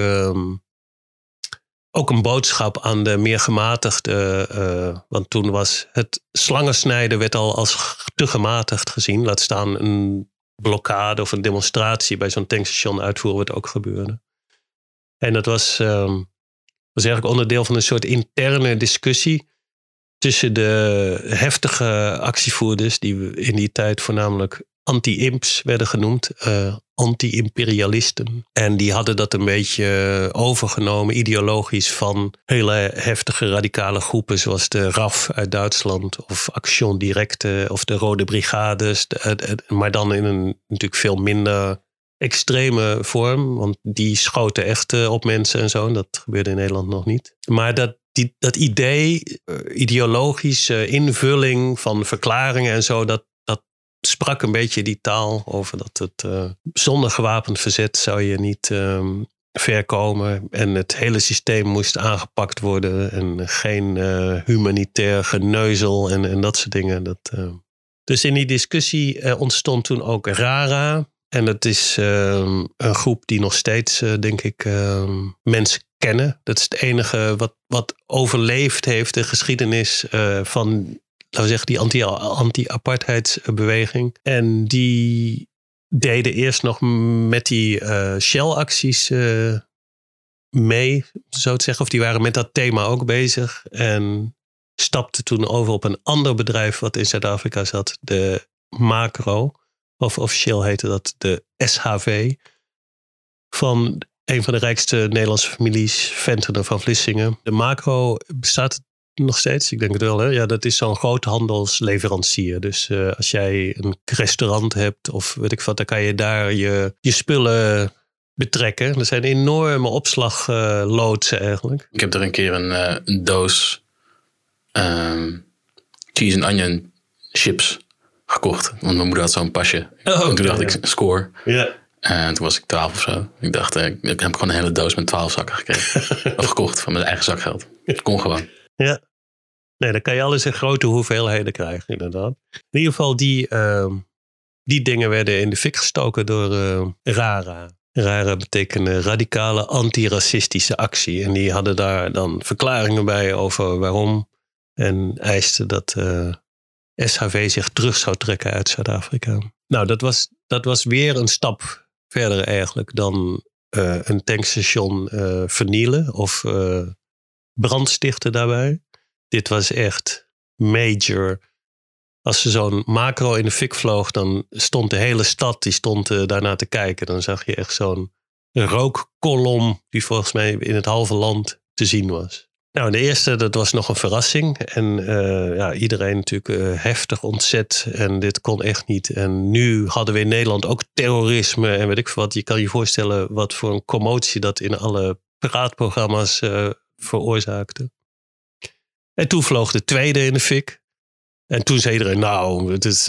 ook een boodschap aan de meer gematigde. Want toen was het slangensnijden werd al als te gematigd gezien. Laat staan een blokkade of een demonstratie bij zo'n tankstation uitvoeren wat ook gebeurde. En dat was eigenlijk onderdeel van een soort interne discussie tussen de heftige actievoerders, die in die tijd voornamelijk anti-imps werden genoemd, anti-imperialisten. En die hadden dat een beetje overgenomen ideologisch van hele heftige radicale groepen zoals de RAF uit Duitsland of Action Directe of de Rode Brigades, maar dan in een natuurlijk veel minder extreme vorm, want die schoten echt op mensen en zo. En dat gebeurde in Nederland nog niet. Maar dat idee, ideologische invulling van verklaringen en zo, dat sprak een beetje die taal over dat het zonder gewapend verzet zou je niet ver komen. En het hele systeem moest aangepakt worden en geen humanitair geneuzel en dat soort dingen. Dus in die discussie ontstond toen ook RARA. En dat is een groep die nog steeds, denk ik, mensen kennen. Dat is het enige wat overleefd heeft, de geschiedenis van, laten we zeggen, die anti-apartheidsbeweging. En die deden eerst nog met die Shell-acties mee, zo te zeggen. Of die waren met dat thema ook bezig. En stapten toen over op een ander bedrijf wat in Zuid-Afrika zat, de Macro. Of officieel heette dat de SHV. Van een van de rijkste Nederlandse families, Ventenen van Vlissingen. De Macro bestaat nog steeds, ik denk het wel. Hè? Ja, dat is zo'n groothandelsleverancier. Dus als jij een restaurant hebt of weet ik wat, dan kan je daar je spullen betrekken. Er zijn enorme opslagloodsen eigenlijk. Ik heb er een keer een doos cheese and onion chips gekocht. Want mijn moeder had zo'n pasje. En toen dacht ik, score. Ja. En toen was ik 12 of zo. Ik dacht, ik heb gewoon een hele doos met 12 zakken gekregen. Of gekocht van mijn eigen zakgeld. Het kon gewoon. Ja. Nee, dan kan je alles in grote hoeveelheden krijgen, inderdaad. In ieder geval, die dingen werden in de fik gestoken door RARA. RARA betekende radicale antiracistische actie. En die hadden daar dan verklaringen bij over waarom. En eisten dat SHV zich terug zou trekken uit Zuid-Afrika. Nou, dat was weer een stap verder eigenlijk dan een tankstation vernielen of brandstichten daarbij. Dit was echt major. Als er zo'n Macro in de fik vloog, dan stond de hele stad die stond daarna te kijken. Dan zag je echt zo'n rookkolom die volgens mij in het halve land te zien was. Nou, de eerste, dat was nog een verrassing. En iedereen natuurlijk heftig ontzet. En dit kon echt niet. En nu hadden we in Nederland ook terrorisme en weet ik veel wat. Je kan je voorstellen wat voor een commotie dat in alle praatprogramma's veroorzaakte. En toen vloog de tweede in de fik. En toen zei iedereen, nou, het is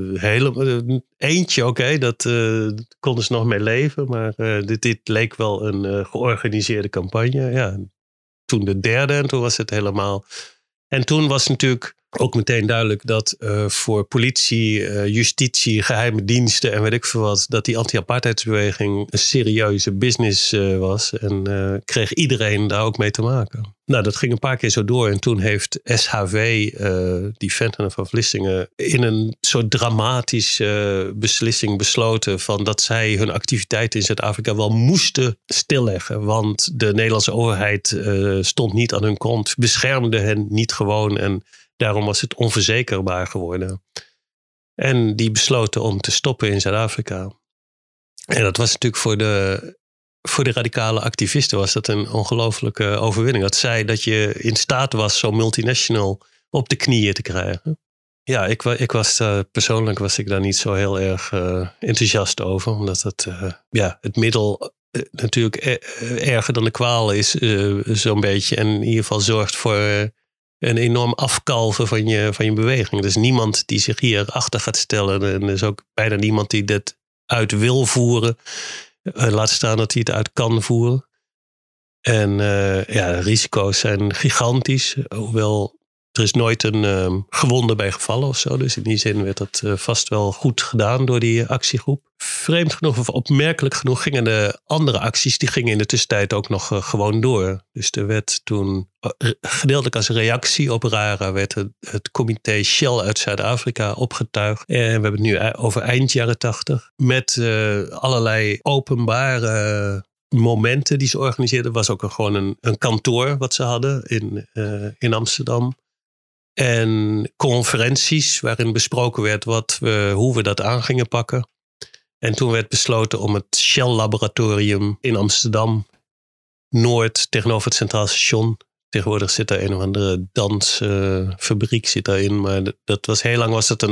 eentje, oké, dat konden ze nog mee leven. Maar dit leek wel een georganiseerde campagne. Ja, toen de derde en toen was het helemaal. En toen was natuurlijk ook meteen duidelijk dat voor politie, justitie, geheime diensten en weet ik veel wat, dat die anti-apartheidsbeweging een serieuze business was. En kreeg iedereen daar ook mee te maken. Nou, dat ging een paar keer zo door. En toen heeft SHV, die Ventenen van Vlissingen, in een soort dramatische beslissing besloten van dat zij hun activiteiten in Zuid-Afrika wel moesten stilleggen. Want de Nederlandse overheid stond niet aan hun kant, beschermde hen niet gewoon en daarom was het onverzekerbaar geworden. En die besloten om te stoppen in Zuid-Afrika. En dat was natuurlijk voor de radicale activisten was dat een ongelofelijke overwinning. Dat zij dat je in staat was zo'n multinational op de knieën te krijgen. Ja, ik was persoonlijk was ik daar niet zo heel erg enthousiast over. Omdat het middel natuurlijk erger dan de kwaal is, zo'n beetje. En in ieder geval zorgt voor een enorm afkalven van je beweging. Er is niemand die zich hier achter gaat stellen. En er is ook bijna niemand die dit uit wil voeren. Laat staan dat hij het uit kan voeren. En de risico's zijn gigantisch. Hoewel er is nooit een gewonde bij gevallen of zo. Dus in die zin werd dat vast wel goed gedaan door die actiegroep. Vreemd genoeg of opmerkelijk genoeg gingen de andere acties, die gingen in de tussentijd ook nog gewoon door. Dus er werd toen, gedeeltelijk als reactie op RARA, werd het comité Shell uit Zuid-Afrika opgetuigd. En we hebben het nu over eind jaren 80. Met allerlei openbare momenten die ze organiseerden. Was ook gewoon een kantoor wat ze hadden in Amsterdam. En conferenties waarin besproken werd hoe we dat aan gingen pakken. En toen werd besloten om het Shell-laboratorium in Amsterdam-Noord tegenover het Centraal Station. Tegenwoordig zit daar een of andere dansfabriek zit daarin. Maar dat was heel lang een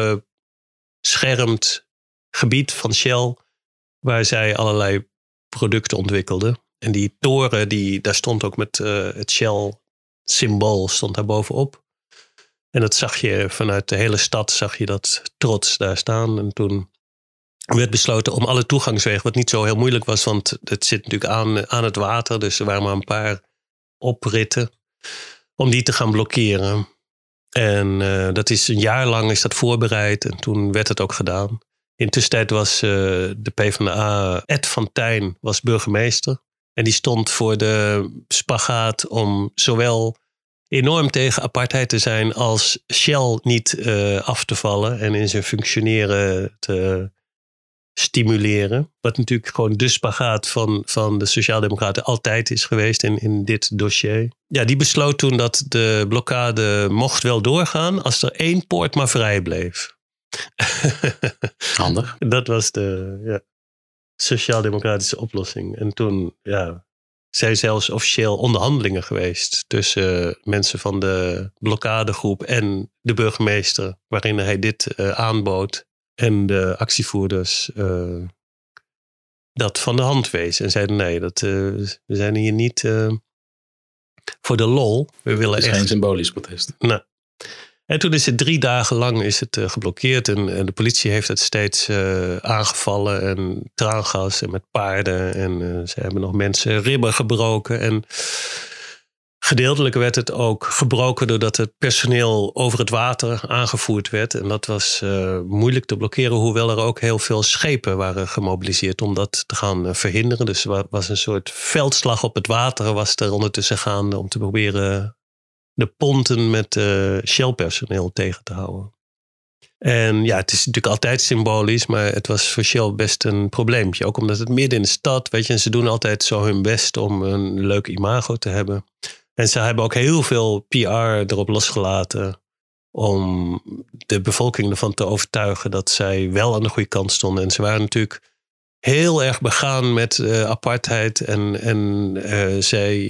afgeschermd gebied van Shell. Waar zij allerlei producten ontwikkelden. En die toren, daar stond ook met het Shell-symbool stond daar bovenop. En dat zag je vanuit de hele stad, zag je dat trots daar staan. En toen werd besloten om alle toegangswegen, wat niet zo heel moeilijk was, want het zit natuurlijk aan het water. Dus er waren maar een paar opritten om die te gaan blokkeren. En dat is een jaar lang is dat voorbereid en toen werd het ook gedaan. Intussen was de PvdA, Ed van Tijn, was burgemeester. En die stond voor de spagaat om zowel enorm tegen apartheid te zijn als Shell niet af te vallen en in zijn functioneren te stimuleren. Wat natuurlijk gewoon de spagaat van de Sociaaldemocraten altijd is geweest in dit dossier. Ja, die besloot toen dat de blokkade mocht wel doorgaan als er 1 poort maar vrij bleef. Handig. Dat was de sociaal-democratische oplossing. En toen zijn zelfs officieel onderhandelingen geweest tussen mensen van de blokkadegroep en de burgemeester, waarin hij dit aanbood. En de actievoerders dat van de hand wees. En zeiden nee, we zijn hier niet voor de lol. We willen het is echt geen symbolisch protest. Nou. En toen is het 3 dagen lang geblokkeerd. En de politie heeft het steeds aangevallen. En traangas en met paarden. En ze hebben nog mensen ribben gebroken. En gedeeltelijk werd het ook gebroken doordat het personeel over het water aangevoerd werd. En dat was moeilijk te blokkeren. Hoewel er ook heel veel schepen waren gemobiliseerd om dat te gaan verhinderen. Dus er was een soort veldslag op het water was er ondertussen gaande om te proberen de ponten met Shell-personeel tegen te houden. En ja, het is natuurlijk altijd symbolisch, maar het was voor Shell best een probleempje. Ook omdat het midden in de stad, weet je, en ze doen altijd zo hun best om een leuk imago te hebben. En ze hebben ook heel veel PR erop losgelaten om de bevolking ervan te overtuigen dat zij wel aan de goede kant stonden. En ze waren natuurlijk heel erg begaan met apartheid en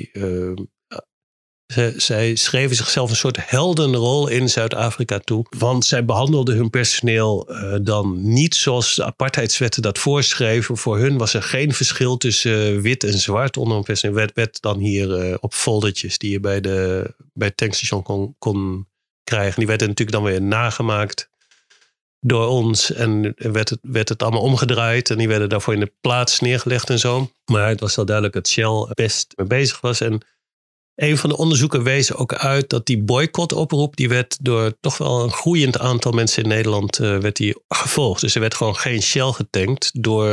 zij schreven zichzelf een soort heldenrol in Zuid-Afrika toe. Want zij behandelden hun personeel dan niet zoals de apartheidswetten dat voorschreven. Voor hun was er geen verschil tussen wit en zwart onder hun personeel. Werd dan hier op foldertjes die je bij het tankstation kon krijgen. Die werden natuurlijk dan weer nagemaakt door ons. En werd het allemaal omgedraaid. En die werden daarvoor in de plaats neergelegd en zo. Maar het was wel duidelijk dat Shell best mee bezig was. En een van de onderzoeken wees ook uit dat die boycottoproep, die werd door toch wel een groeiend aantal mensen in Nederland werd die gevolgd. Dus er werd gewoon geen Shell getankt door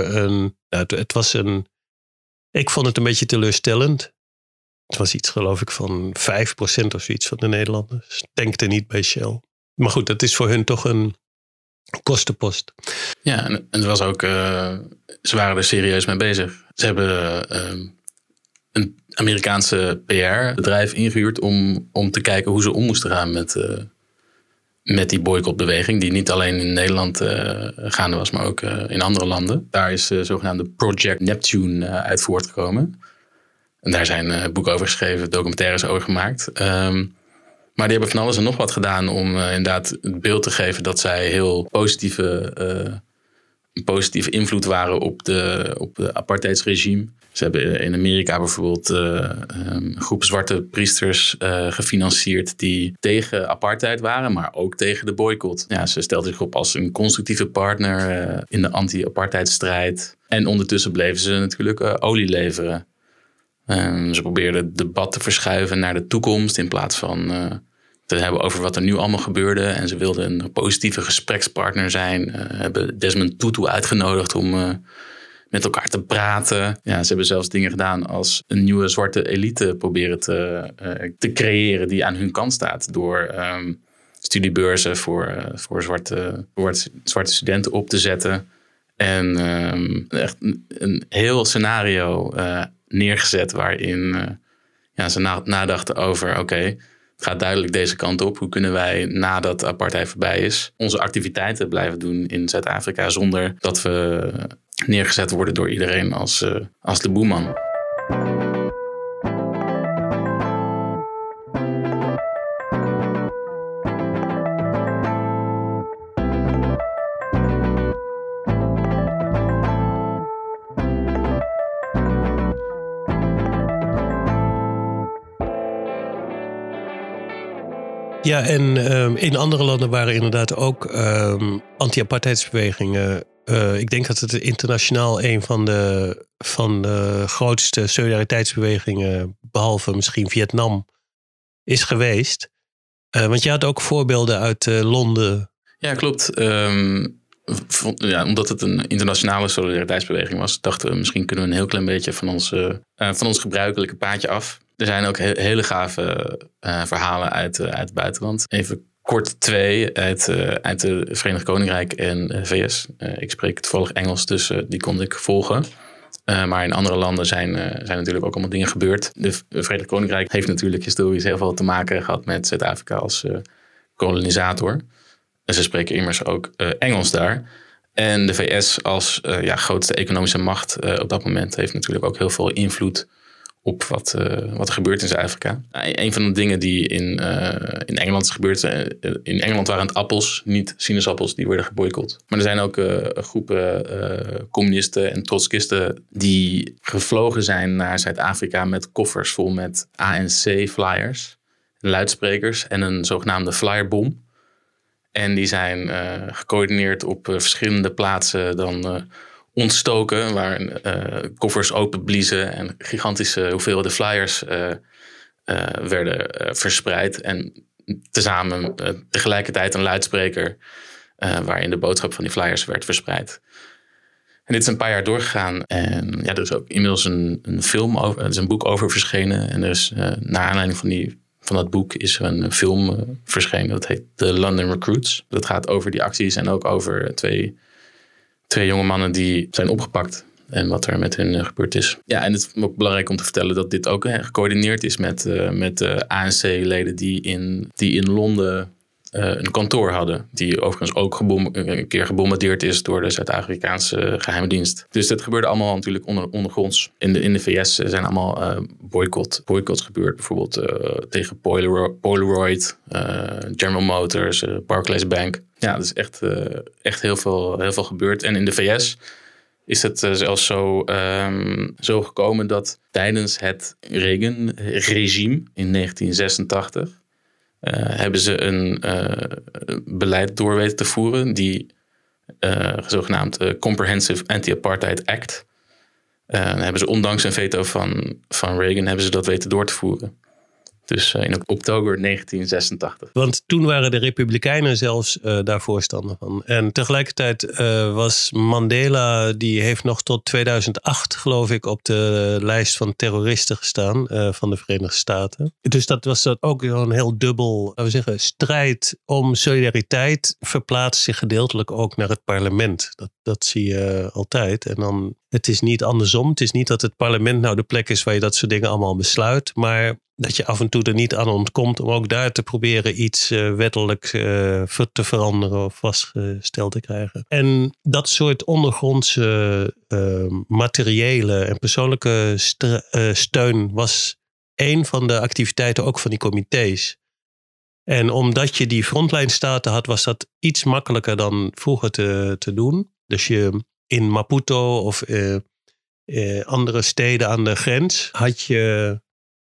ik vond het een beetje teleurstellend. Het was iets geloof ik van 5% of zoiets van de Nederlanders tankten niet bij Shell. Maar goed, dat is voor hun toch een kostenpost. Ja, en het was ook, ze waren er serieus mee bezig. Ze hebben een Amerikaanse PR-bedrijf ingehuurd om te kijken hoe ze om moesten gaan met met die boycottbeweging, die niet alleen in Nederland gaande was, maar ook in andere landen. Daar is zogenaamde Project Neptune uit voortgekomen. En daar zijn boeken over geschreven, documentaires over gemaakt. Maar die hebben van alles en nog wat gedaan om inderdaad het beeld te geven dat zij heel positieve invloed waren op de apartheidsregime. Ze hebben in Amerika bijvoorbeeld een groep zwarte priesters gefinancierd die tegen apartheid waren, maar ook tegen de boycott. Ja, ze stelden zich op als een constructieve partner in de anti-apartheidstrijd. En ondertussen bleven ze natuurlijk olie leveren. Ze probeerden het debat te verschuiven naar de toekomst in plaats van te hebben over wat er nu allemaal gebeurde. En ze wilden een positieve gesprekspartner zijn. Hebben Desmond Tutu uitgenodigd om met elkaar te praten. Ja, ze hebben zelfs dingen gedaan als een nieuwe zwarte elite proberen te creëren die aan hun kant staat. Door studiebeurzen voor zwarte studenten op te zetten. En echt een heel scenario neergezet waarin ze nadachten over oké, het gaat duidelijk deze kant op. Hoe kunnen wij nadat apartheid voorbij is onze activiteiten blijven doen in Zuid-Afrika zonder dat we neergezet worden door iedereen als de boeman. Ja, en in andere landen waren inderdaad ook anti-apartheidsbewegingen. Ik denk dat het internationaal een van de grootste solidariteitsbewegingen, behalve misschien Vietnam, is geweest. Want je had ook voorbeelden uit Londen. Ja, klopt. Omdat het een internationale solidariteitsbeweging was, dachten we misschien kunnen we een heel klein beetje van ons gebruikelijke paadje af. Er zijn ook hele gave verhalen uit het buitenland. Even kort 2 uit het Verenigd Koninkrijk en VS. Ik spreek toevallig Engels, dus die kon ik volgen. Maar in andere landen zijn natuurlijk ook allemaal dingen gebeurd. Het Verenigd Koninkrijk heeft natuurlijk historisch heel veel te maken gehad met Zuid-Afrika als kolonisator. En ze spreken immers ook Engels daar. En de VS als grootste economische macht op dat moment heeft natuurlijk ook heel veel invloed op wat er gebeurt in Zuid-Afrika. Een van de dingen die in Engeland is gebeurd. In Engeland waren het appels, niet sinaasappels, die werden geboycott. Maar er zijn ook groepen communisten en trotskisten die gevlogen zijn naar Zuid-Afrika met koffers vol met ANC-flyers, luidsprekers en een zogenaamde flyerbom. En die zijn gecoördineerd op verschillende plaatsen dan ontstoken, waar koffers openbliezen en gigantische hoeveelheden flyers werden verspreid. En tezamen tegelijkertijd een luidspreker waarin de boodschap van die flyers werd verspreid. En dit is een paar jaar doorgegaan. En er is ook inmiddels een film over, er is een boek over verschenen. En er is naar aanleiding van dat boek is er een film verschenen. Dat heet The London Recruits. Dat gaat over die acties en ook over twee jonge mannen die zijn opgepakt en wat er met hen gebeurd is. Ja, en het is ook belangrijk om te vertellen dat dit ook gecoördineerd is met de ANC-leden die in Londen een kantoor hadden. Die overigens ook een keer gebombardeerd is door de Zuid-Afrikaanse geheime dienst. Dus dat gebeurde allemaal natuurlijk ondergronds. In de VS zijn allemaal boycotts gebeurd. Bijvoorbeeld tegen Polaroid, General Motors, Barclays Bank. Ja, dat is echt heel veel gebeurd. En in de VS is het zelfs zo gekomen dat tijdens het Reagan-regime in 1986... hebben ze een beleid door weten te voeren die zogenaamd Comprehensive Anti-Apartheid Act. Hebben ze ondanks een veto van Reagan hebben ze dat weten door te voeren. Dus in oktober 1986. Want toen waren de Republikeinen zelfs daar voorstander van. En tegelijkertijd was Mandela, die heeft nog tot 2008 geloof ik op de lijst van terroristen gestaan van de Verenigde Staten. Dus dat was ook een heel dubbel, laten we zeggen, strijd om solidariteit verplaatst zich gedeeltelijk ook naar het parlement. Dat zie je altijd. En dan, het is niet andersom. Het is niet dat het parlement nou de plek is waar je dat soort dingen allemaal besluit. Maar dat je af en toe er niet aan ontkomt om ook daar te proberen iets wettelijk te veranderen of vastgesteld te krijgen. En dat soort ondergrondse materiële en persoonlijke steun was een van de activiteiten ook van die comité's. En omdat je die frontlijnstaten had, was dat iets makkelijker dan vroeger te doen. Dus je in Maputo of andere steden aan de grens had je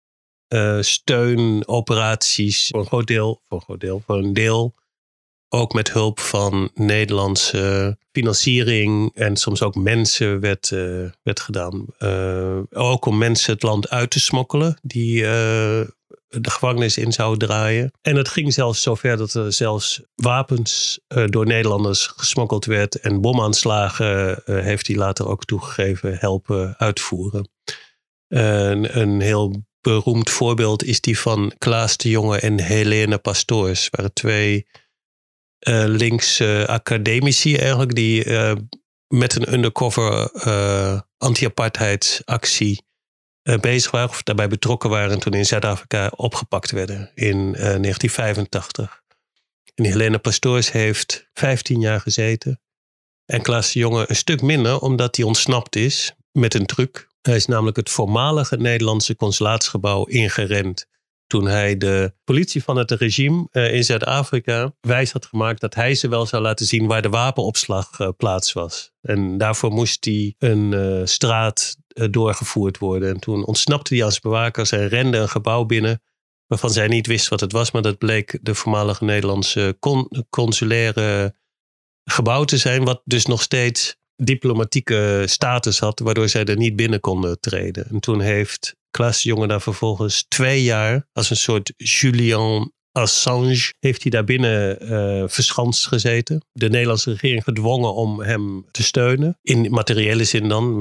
steunoperaties voor een deel. Ook met hulp van Nederlandse financiering en soms ook mensen werd gedaan. Ook om mensen het land uit te smokkelen die de gevangenis in zouden draaien. En het ging zelfs zover dat er zelfs wapens door Nederlanders gesmokkeld werd. En bomaanslagen heeft hij later ook toegegeven helpen uitvoeren. Een heel beroemd voorbeeld is die van Klaas de Jonge en Helene Pastoors. Waren twee linkse academici eigenlijk die met een undercover anti-apartheidsactie bezig waren of daarbij betrokken waren en toen in Zuid-Afrika opgepakt werden in 1985. En Helene Pastoors heeft 15 jaar gezeten en Klaas de Jonge een stuk minder omdat hij ontsnapt is met een truc. Hij is namelijk het voormalige Nederlandse consulaatsgebouw ingerend toen hij de politie van het regime in Zuid-Afrika wijs had gemaakt dat hij ze wel zou laten zien waar de wapenopslag plaats was. En daarvoor moest hij een straat doorgevoerd worden. En toen ontsnapte hij als bewakers en rende een gebouw binnen waarvan zij niet wist wat het was, maar dat bleek de voormalige Nederlandse consulaire gebouw te zijn, wat dus nog steeds diplomatieke status had, waardoor zij er niet binnen konden treden. En toen heeft Klaas de Jonge daar vervolgens 2 jaar als een soort Julian Assange heeft hij daar binnen verschanst gezeten. De Nederlandse regering gedwongen om hem te steunen. In materiële zin dan.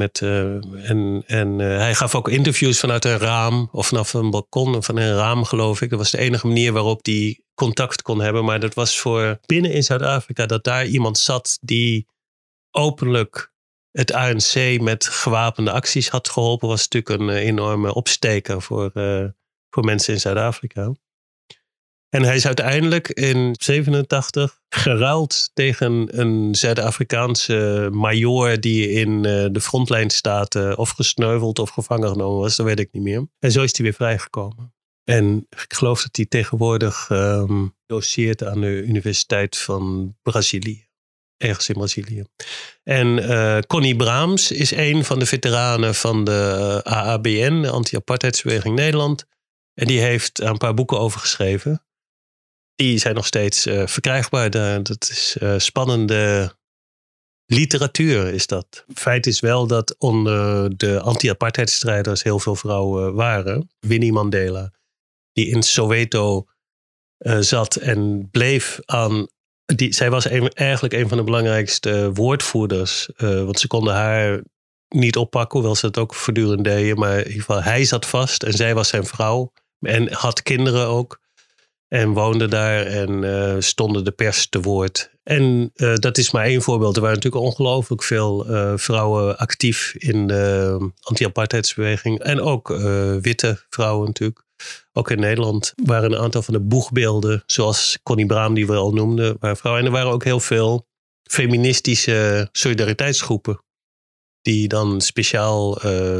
Hij gaf ook interviews vanuit een raam of vanaf een balkon van een raam geloof ik. Dat was de enige manier waarop hij contact kon hebben. Maar dat was voor binnen in Zuid-Afrika dat daar iemand zat die openlijk het ANC met gewapende acties had geholpen, was natuurlijk een enorme opsteker voor mensen in Zuid-Afrika. En hij is uiteindelijk in 1987 geruild tegen een Zuid-Afrikaanse majoor die in de frontlijnstaten of gesneuveld of gevangen genomen was, dat weet ik niet meer. En zo is hij weer vrijgekomen. En ik geloof dat hij tegenwoordig doceert aan de Universiteit van Brazilië. Ergens in Brazilië. En Connie Braams is een van de veteranen van de AABN, de Anti-Apartheidsbeweging Nederland. En die heeft een paar boeken over geschreven. Die zijn nog steeds verkrijgbaar. Dat is spannende literatuur is dat. Feit is wel dat onder de anti-apartheidstrijders heel veel vrouwen waren. Winnie Mandela, die in Soweto zat en bleef aan. Zij was eigenlijk een van de belangrijkste woordvoerders. Want ze konden haar niet oppakken, hoewel ze het ook voortdurend deden. Maar in ieder geval, hij zat vast en zij was zijn vrouw. En had kinderen ook. En woonde daar en stonden de pers te woord. En dat is maar één voorbeeld. Er waren natuurlijk ongelooflijk veel vrouwen actief in de anti-apartheidsbeweging. En ook witte vrouwen natuurlijk. Ook in Nederland waren een aantal van de boegbeelden, zoals Connie Braam die we al noemden, waren vrouwen. En er waren ook heel veel feministische solidariteitsgroepen. Die dan speciaal,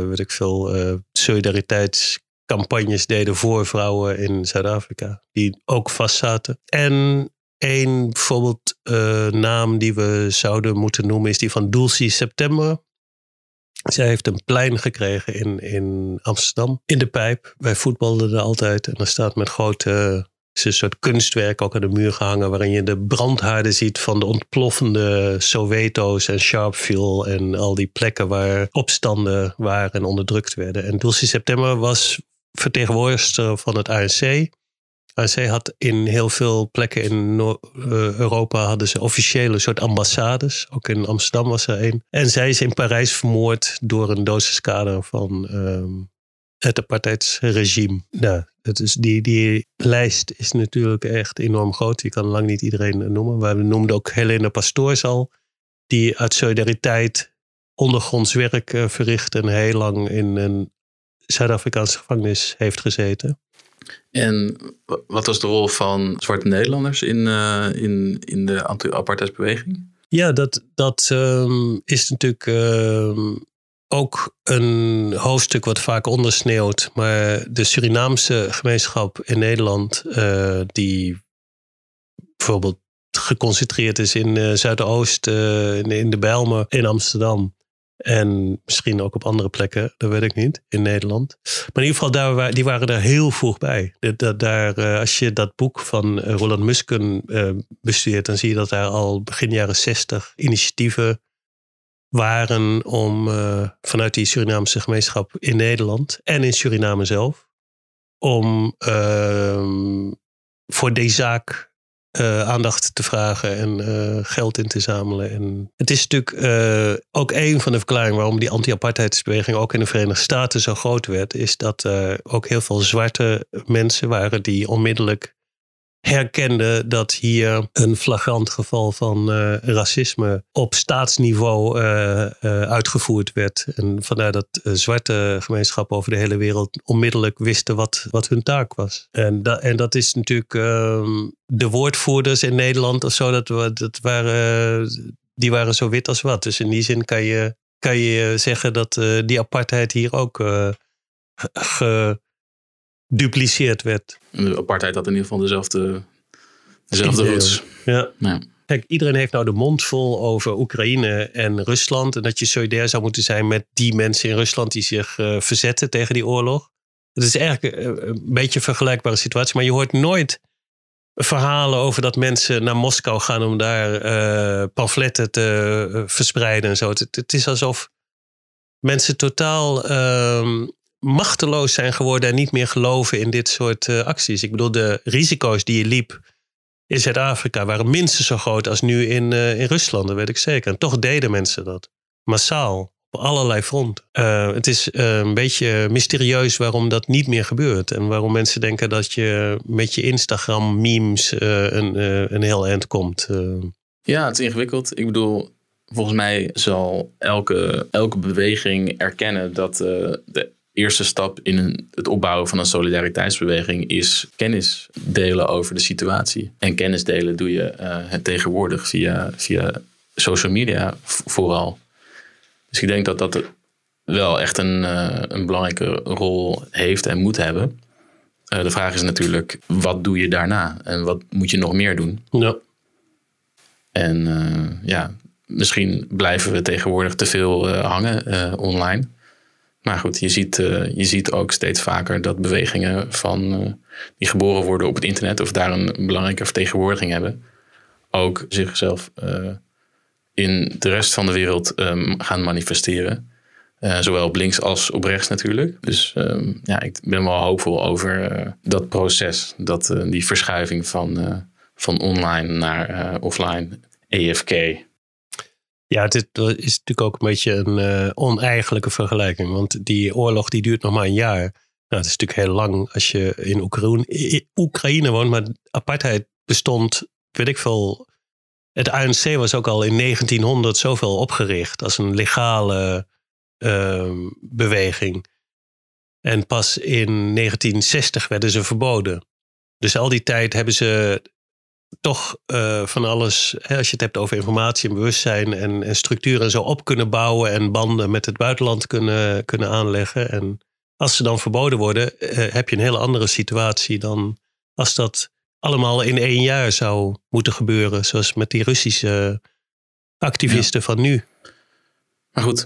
solidariteitscampagnes deden voor vrouwen in Zuid-Afrika. Die ook vastzaten. En één bijvoorbeeld naam die we zouden moeten noemen is die van Dulcie September. Zij heeft een plein gekregen in Amsterdam, in de Pijp. Wij voetbalden er altijd. En er staat met grote, is een soort kunstwerk ook aan de muur gehangen, waarin je de brandhaarden ziet van de ontploffende Soweto's en Sharpeville en al die plekken waar opstanden waren en onderdrukt werden. En Dulcie September was vertegenwoordigster van het ANC. ANC had in heel veel plekken in Europa hadden ze officiële soort ambassades. Ook in Amsterdam was er een. En zij is in Parijs vermoord door een dosiskader van het apartheidsregime. Nou, die lijst is natuurlijk echt enorm groot. Je kan lang niet iedereen noemen. Maar we noemden ook Helene Pastoors al. Die uit solidariteit ondergronds werk verricht en heel lang in een Zuid-Afrikaanse gevangenis heeft gezeten. En wat was de rol van zwarte Nederlanders in de anti-apartheidsbeweging? Ja, dat is natuurlijk ook een hoofdstuk wat vaak ondersneeuwt. Maar de Surinaamse gemeenschap in Nederland, die bijvoorbeeld geconcentreerd is in Zuidoost, in de Bijlmer, in Amsterdam. En misschien ook op andere plekken, dat weet ik niet, in Nederland. Maar in ieder geval, die waren daar heel vroeg bij. Als je dat boek van Roland Musken bestudeert, dan zie je dat daar al begin jaren 60 initiatieven waren om vanuit die Surinaamse gemeenschap in Nederland en in Suriname zelf, om voor die zaak aandacht te vragen en geld in te zamelen. En het is natuurlijk ook een van de verklaringen waarom die anti-apartheidsbeweging ook in de Verenigde Staten zo groot werd, is dat er ook heel veel zwarte mensen waren die onmiddellijk herkenden dat hier een flagrant geval van racisme op staatsniveau uitgevoerd werd. En vandaar dat zwarte gemeenschappen over de hele wereld onmiddellijk wisten wat hun taak was. En dat is natuurlijk de woordvoerders in Nederland of zo, die waren zo wit als wat. Dus in die zin kan je zeggen dat die apartheid hier ook gedupliceerd werd. De apartheid had in ieder geval dezelfde roots. Ja. Kijk, iedereen heeft nou de mond vol over Oekraïne en Rusland. En dat je solidair zou moeten zijn met die mensen in Rusland die zich verzetten tegen die oorlog. Het is eigenlijk een beetje een vergelijkbare situatie. Maar je hoort nooit verhalen over dat mensen naar Moskou gaan om daar pamfletten te verspreiden en zo. Het is alsof mensen totaal machteloos zijn geworden en niet meer geloven in dit soort acties. Ik bedoel, de risico's die je liep in Zuid-Afrika waren minstens zo groot als nu in Rusland, dat weet ik zeker. En toch deden mensen dat. Massaal. Op allerlei fronten. Het is een beetje mysterieus waarom dat niet meer gebeurt. En waarom mensen denken dat je met je Instagram memes een heel eind komt. Ja, het is ingewikkeld. Ik bedoel, volgens mij zal elke beweging erkennen dat de eerste stap in het opbouwen van een solidariteitsbeweging is kennis delen over de situatie. En kennis delen doe je tegenwoordig via social media vooral. Dus ik denk dat dat wel echt een belangrijke rol heeft en moet hebben. De vraag is natuurlijk, wat doe je daarna? En wat moet je nog meer doen? Ja. En misschien blijven we tegenwoordig te veel hangen online. Maar goed, je ziet ook steeds vaker dat bewegingen die geboren worden op het internet of daar een belangrijke vertegenwoordiging hebben, ook zichzelf in de rest van de wereld gaan manifesteren. Zowel op links als op rechts natuurlijk. Dus ik ben wel hoopvol over dat proces. Die verschuiving van online naar offline, EFK. Ja, het is natuurlijk ook een beetje een oneigenlijke vergelijking. Want die oorlog die duurt nog maar een jaar. Nou, het is natuurlijk heel lang als je in Oekraïne woont. Maar apartheid bestond, weet ik veel. Het ANC was ook al in 1900 zoveel opgericht als een legale beweging. En pas in 1960 werden ze verboden. Dus al die tijd hebben ze toch van alles, als je het hebt over informatie en bewustzijn en structuren en zo op kunnen bouwen en banden met het buitenland kunnen aanleggen. En als ze dan verboden worden, heb je een hele andere situatie dan als dat allemaal in 1 jaar zou moeten gebeuren. Zoals met die Russische activisten van nu. Maar goed,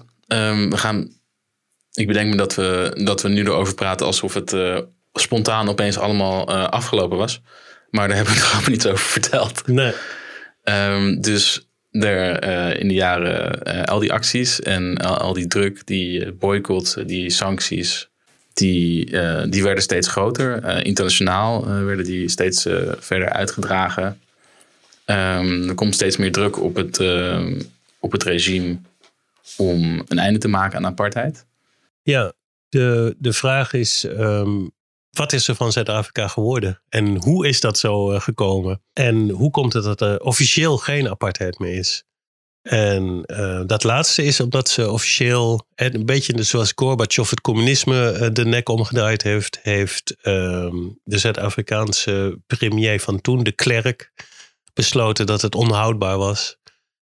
ik bedenk me dat we nu erover praten alsof het spontaan opeens allemaal afgelopen was. Maar daar hebben we nog helemaal niets over verteld. Nee. Dus in de jaren al die acties en al die druk, die boycott, die sancties, die werden steeds groter. Internationaal werden die steeds verder uitgedragen. Er komt steeds meer druk op het regime om een einde te maken aan apartheid. Ja, de vraag is, wat is er van Zuid-Afrika geworden? En hoe is dat zo gekomen? En hoe komt het dat er officieel geen apartheid meer is? En dat laatste is omdat ze officieel, en een beetje zoals Gorbachev het communisme de nek omgedraaid heeft de Zuid-Afrikaanse premier van toen, de Klerk, besloten dat het onhoudbaar was.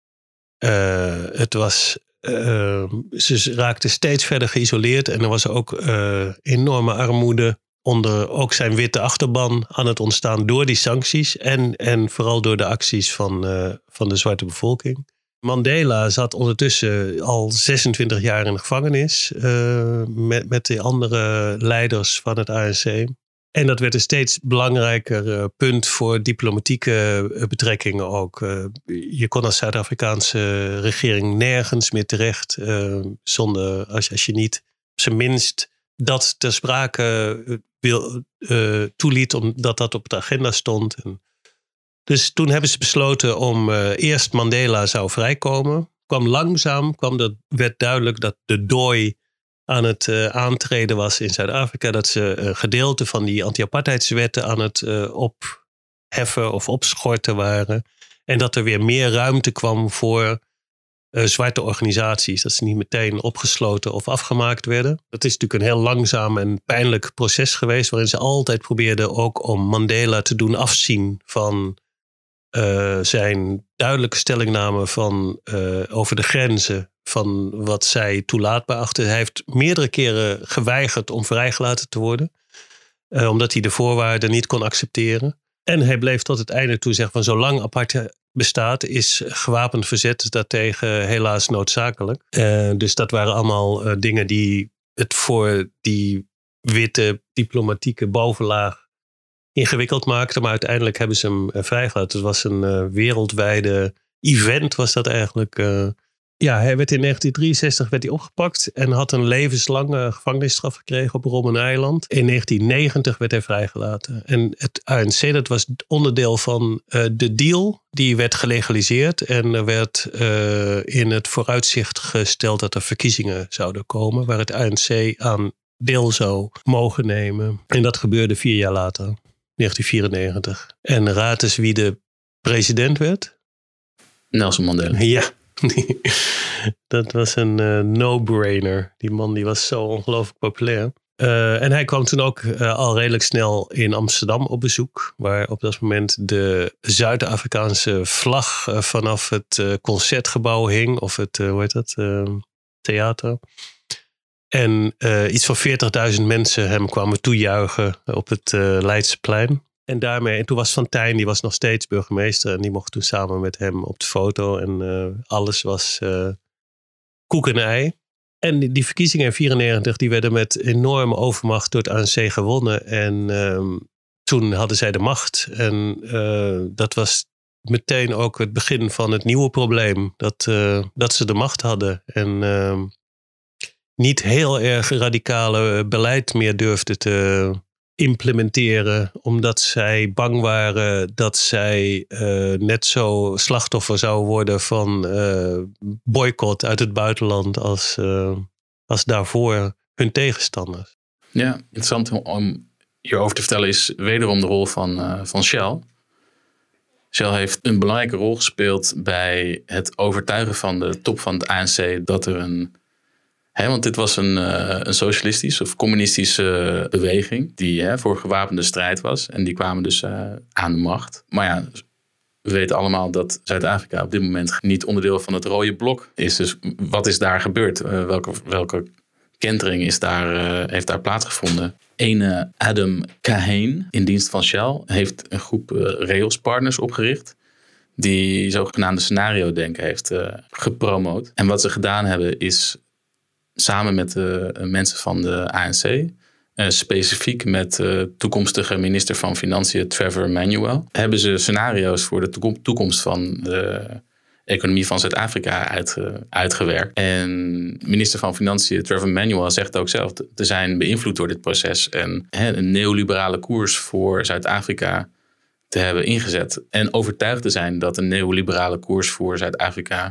Ze raakten steeds verder geïsoleerd en er was ook enorme armoede onder ook zijn witte achterban aan het ontstaan door die sancties en vooral door de acties van de zwarte bevolking. Mandela zat ondertussen al 26 jaar in de gevangenis met de andere leiders van het ANC. En dat werd een steeds belangrijker punt voor diplomatieke betrekkingen ook. Je kon als Zuid-Afrikaanse regering nergens meer terecht zonder als je niet op zijn minst dat ter sprake toeliet omdat dat op de agenda stond. Dus toen hebben ze besloten om eerst Mandela zou vrijkomen. Werd duidelijk dat de dooi aan het aantreden was in Zuid-Afrika. Dat ze een gedeelte van die anti-apartheidswetten aan het opheffen of opschorten waren. En dat er weer meer ruimte kwam voor zwarte organisaties. Dat ze niet meteen opgesloten of afgemaakt werden. Dat is natuurlijk een heel langzaam en pijnlijk proces geweest. Waarin ze altijd probeerden ook om Mandela te doen afzien van zijn duidelijke stellingname over de grenzen van wat zij toelaatbaar achten. Hij heeft meerdere keren geweigerd om vrijgelaten te worden. Omdat hij de voorwaarden niet kon accepteren. En hij bleef tot het einde toe zeggen van zolang apartheid bestaat is gewapend verzet daartegen helaas noodzakelijk. Dus dat waren allemaal dingen die het voor die witte diplomatieke bovenlaag ingewikkeld maakte, maar uiteindelijk hebben ze hem vrijgelaten. Het was een wereldwijde event, was dat eigenlijk. Hij werd in 1963 opgepakt en had een levenslange gevangenisstraf gekregen op Robben-Eiland. In 1990 werd hij vrijgelaten. En het ANC, dat was onderdeel van de deal, die werd gelegaliseerd. En er werd in het vooruitzicht gesteld dat er verkiezingen zouden komen, waar het ANC aan deel zou mogen nemen. En dat gebeurde 4 jaar later. 1994. En raad eens wie de president werd? Nelson Mandela. Ja, dat was een no-brainer. Die man die was zo ongelooflijk populair. En hij kwam toen ook al redelijk snel in Amsterdam op bezoek. Waar op dat moment de Zuid-Afrikaanse vlag vanaf het concertgebouw hing. Of het, theater. En iets van 40.000 mensen hem kwamen toejuichen op het Leidseplein. En toen was Van Tijn, die was nog steeds burgemeester. En die mocht toen samen met hem op de foto. En alles was koek en ei. En die verkiezingen in 1994, die werden met enorme overmacht door het ANC gewonnen. En toen hadden zij de macht. En dat was meteen ook het begin van het nieuwe probleem. Dat ze de macht hadden. En niet heel erg radicale beleid meer durfden te implementeren. Omdat zij bang waren dat zij net zo slachtoffer zou worden van boycott uit het buitenland als daarvoor hun tegenstanders. Ja, interessant om hierover te vertellen is wederom de rol van Shell. Shell heeft een belangrijke rol gespeeld bij het overtuigen van de top van het ANC dat er want dit was een socialistische of communistische beweging die voor gewapende strijd was. En die kwamen dus aan de macht. Maar ja, we weten allemaal dat Zuid-Afrika op dit moment niet onderdeel van het rode blok is. Dus wat is daar gebeurd? Welke kentering heeft daar plaatsgevonden? Ene Adam Kahane in dienst van Shell heeft een groep railspartners opgericht. Die zogenaamde scenario-denken heeft gepromoot. En wat ze gedaan hebben is samen met de mensen van de ANC, specifiek met de toekomstige minister van Financiën Trevor Manuel, hebben ze scenario's voor de toekomst van de economie van Zuid-Afrika uitgewerkt. En minister van Financiën Trevor Manuel zegt ook zelf te zijn beïnvloed door dit proces en een neoliberale koers voor Zuid-Afrika te hebben ingezet. En overtuigd te zijn dat een neoliberale koers voor Zuid-Afrika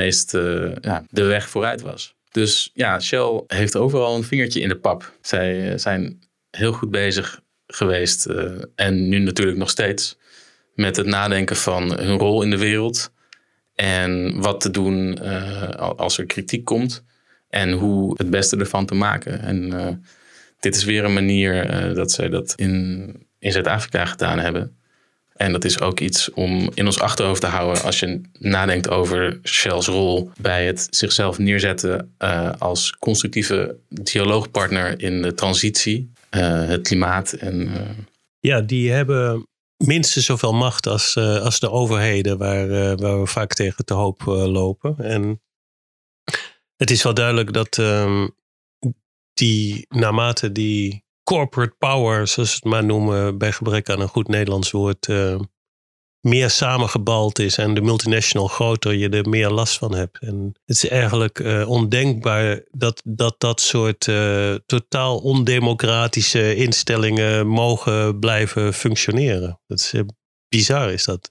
de weg vooruit was. Dus ja, Shell heeft overal een vingertje in de pap. Zij zijn heel goed bezig geweest en nu natuurlijk nog steeds met het nadenken van hun rol in de wereld En wat te doen als er kritiek komt. En hoe het beste ervan te maken. En dit is weer een manier dat zij dat in Zuid-Afrika gedaan hebben. En dat is ook iets om in ons achterhoofd te houden als je nadenkt over Shell's rol bij het zichzelf neerzetten als constructieve dialoogpartner in de transitie, het klimaat. Ja, die hebben minstens zoveel macht als de overheden waar we vaak tegen te hoop lopen. En het is wel duidelijk dat naarmate die corporate power, zoals we het maar noemen, bij gebrek aan een goed Nederlands woord, meer samengebald is en de multinational groter, je er meer last van hebt. En het is eigenlijk ondenkbaar dat soort totaal ondemocratische instellingen mogen blijven functioneren. Dat is bizar, is dat.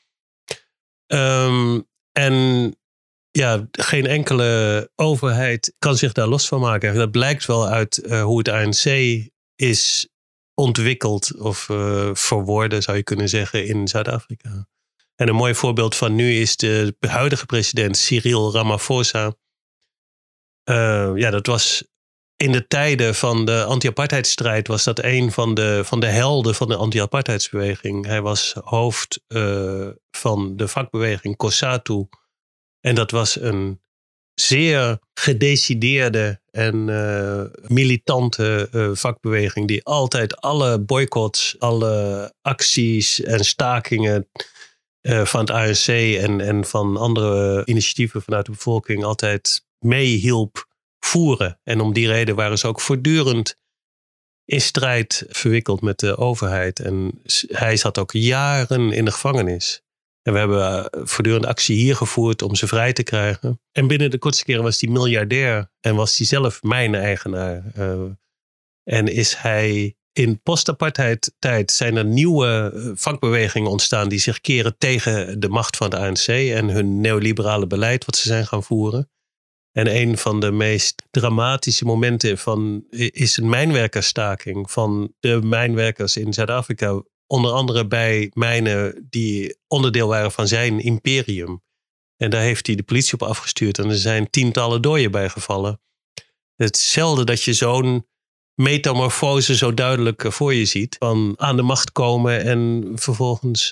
En ja, geen enkele overheid kan zich daar los van maken. Dat blijkt wel uit hoe het ANC is ontwikkeld of verworden, zou je kunnen zeggen, in Zuid-Afrika. En een mooi voorbeeld van nu is de huidige president Cyril Ramaphosa. Dat was in de tijden van de anti-apartheidsstrijd was dat een van de helden van de anti-apartheidsbeweging. Hij was hoofd van de vakbeweging COSATU. En dat was een zeer gedecideerde en militante vakbeweging die altijd alle boycotts, alle acties en stakingen van het ANC en van andere initiatieven vanuit de bevolking altijd meehielp voeren. En om die reden waren ze ook voortdurend in strijd verwikkeld met de overheid. En hij zat ook jaren in de gevangenis. En we hebben voortdurend actie hier gevoerd om ze vrij te krijgen. En binnen de kortste keren was hij miljardair en was hij zelf mijneigenaar. En is hij in post-apartheid tijd zijn er nieuwe vakbewegingen ontstaan die zich keren tegen de macht van de ANC en hun neoliberale beleid wat ze zijn gaan voeren. En een van de meest dramatische momenten is een mijnwerkersstaking van de mijnwerkers in Zuid-Afrika. Onder andere bij mijnen die onderdeel waren van zijn imperium. En daar heeft hij de politie op afgestuurd. En er zijn tientallen doden bijgevallen. Het is zelden dat je zo'n metamorfose zo duidelijk voor je ziet. Van aan de macht komen en vervolgens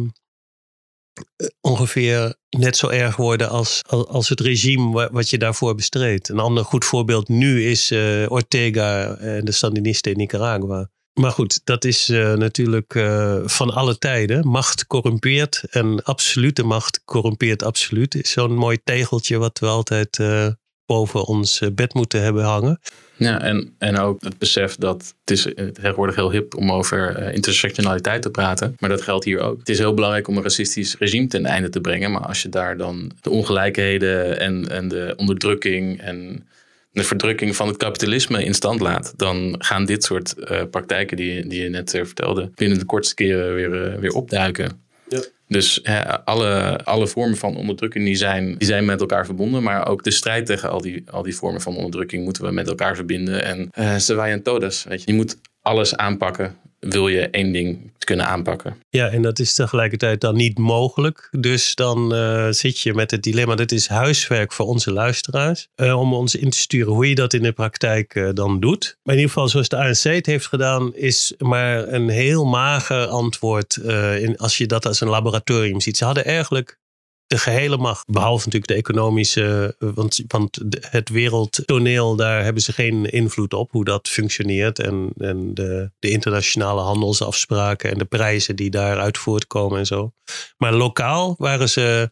ongeveer net zo erg worden als het regime wat je daarvoor bestreed. Een ander goed voorbeeld nu is Ortega en de Sandinisten in Nicaragua. Maar goed, dat is natuurlijk van alle tijden. Macht corrumpeert en absolute macht corrumpeert absoluut. Is zo'n mooi tegeltje wat we altijd boven ons bed moeten hebben hangen. Ja, en ook het besef dat het is tegenwoordig heel hip om over intersectionaliteit te praten. Maar dat geldt hier ook. Het is heel belangrijk om een racistisch regime ten einde te brengen. Maar als je daar dan de ongelijkheden en de onderdrukking en de verdrukking van het kapitalisme in stand laat, dan gaan dit soort praktijken die je net vertelde binnen de kortste keren weer opduiken. Ja. Dus alle vormen van onderdrukking die zijn met elkaar verbonden, maar ook de strijd tegen al die vormen van onderdrukking moeten we met elkaar verbinden. En se vayan todas, weet je. Je moet alles aanpakken, wil je één ding kunnen aanpakken. Ja, en dat is tegelijkertijd dan niet mogelijk. Dus dan zit je met het dilemma, dit is huiswerk voor onze luisteraars, om ons in te sturen hoe je dat in de praktijk dan doet. Maar in ieder geval zoals de ANC het heeft gedaan, is maar een heel mager antwoord als je dat als een laboratorium ziet. Ze hadden eigenlijk de gehele macht, behalve natuurlijk de economische, want het wereldtoneel, daar hebben ze geen invloed op hoe dat functioneert en de internationale handelsafspraken en de prijzen die daaruit voortkomen en zo. Maar lokaal hadden ze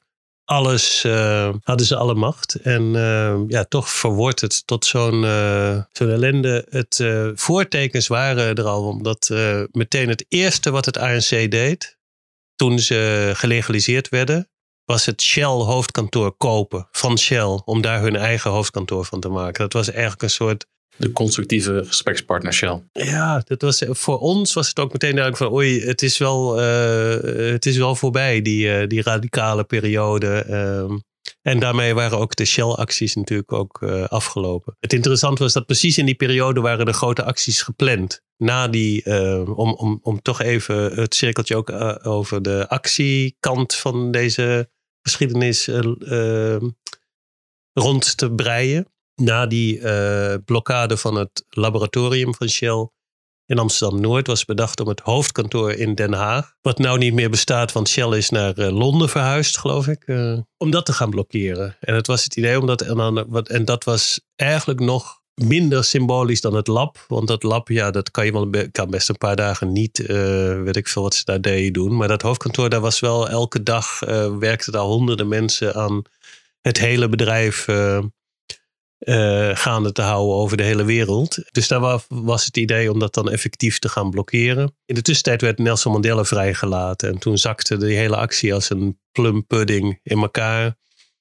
alle macht en toch verwordt het tot zo'n ellende. Het voortekens waren er al, omdat meteen het eerste wat het ANC deed toen ze gelegaliseerd werden, was het Shell-hoofdkantoor kopen van Shell, om daar hun eigen hoofdkantoor van te maken. Dat was eigenlijk een soort... De constructieve gesprekspartner Shell. Ja, dat was, voor ons was het ook meteen duidelijk van, oei, het is wel voorbij, die radicale periode. En daarmee waren ook de Shell-acties natuurlijk ook afgelopen. Het interessante was dat precies in die periode waren de grote acties gepland. Na die, om toch even het cirkeltje ook over de actiekant van deze geschiedenis rond te breien. Na die blokkade van het laboratorium van Shell in Amsterdam-Noord was bedacht om het hoofdkantoor in Den Haag, wat nou niet meer bestaat, want Shell is naar Londen verhuisd, geloof ik, om dat te gaan blokkeren. En het was het idee en dat was eigenlijk nog minder symbolisch dan het lab. Want dat lab, dat kan best een paar dagen niet, weet ik veel wat ze daar deden doen. Maar dat hoofdkantoor, daar was wel elke dag, werkten daar honderden mensen aan het hele bedrijf gaande te houden over de hele wereld. Dus daar was het idee om dat dan effectief te gaan blokkeren. In de tussentijd werd Nelson Mandela vrijgelaten. En toen zakte die hele actie als een plum pudding in elkaar.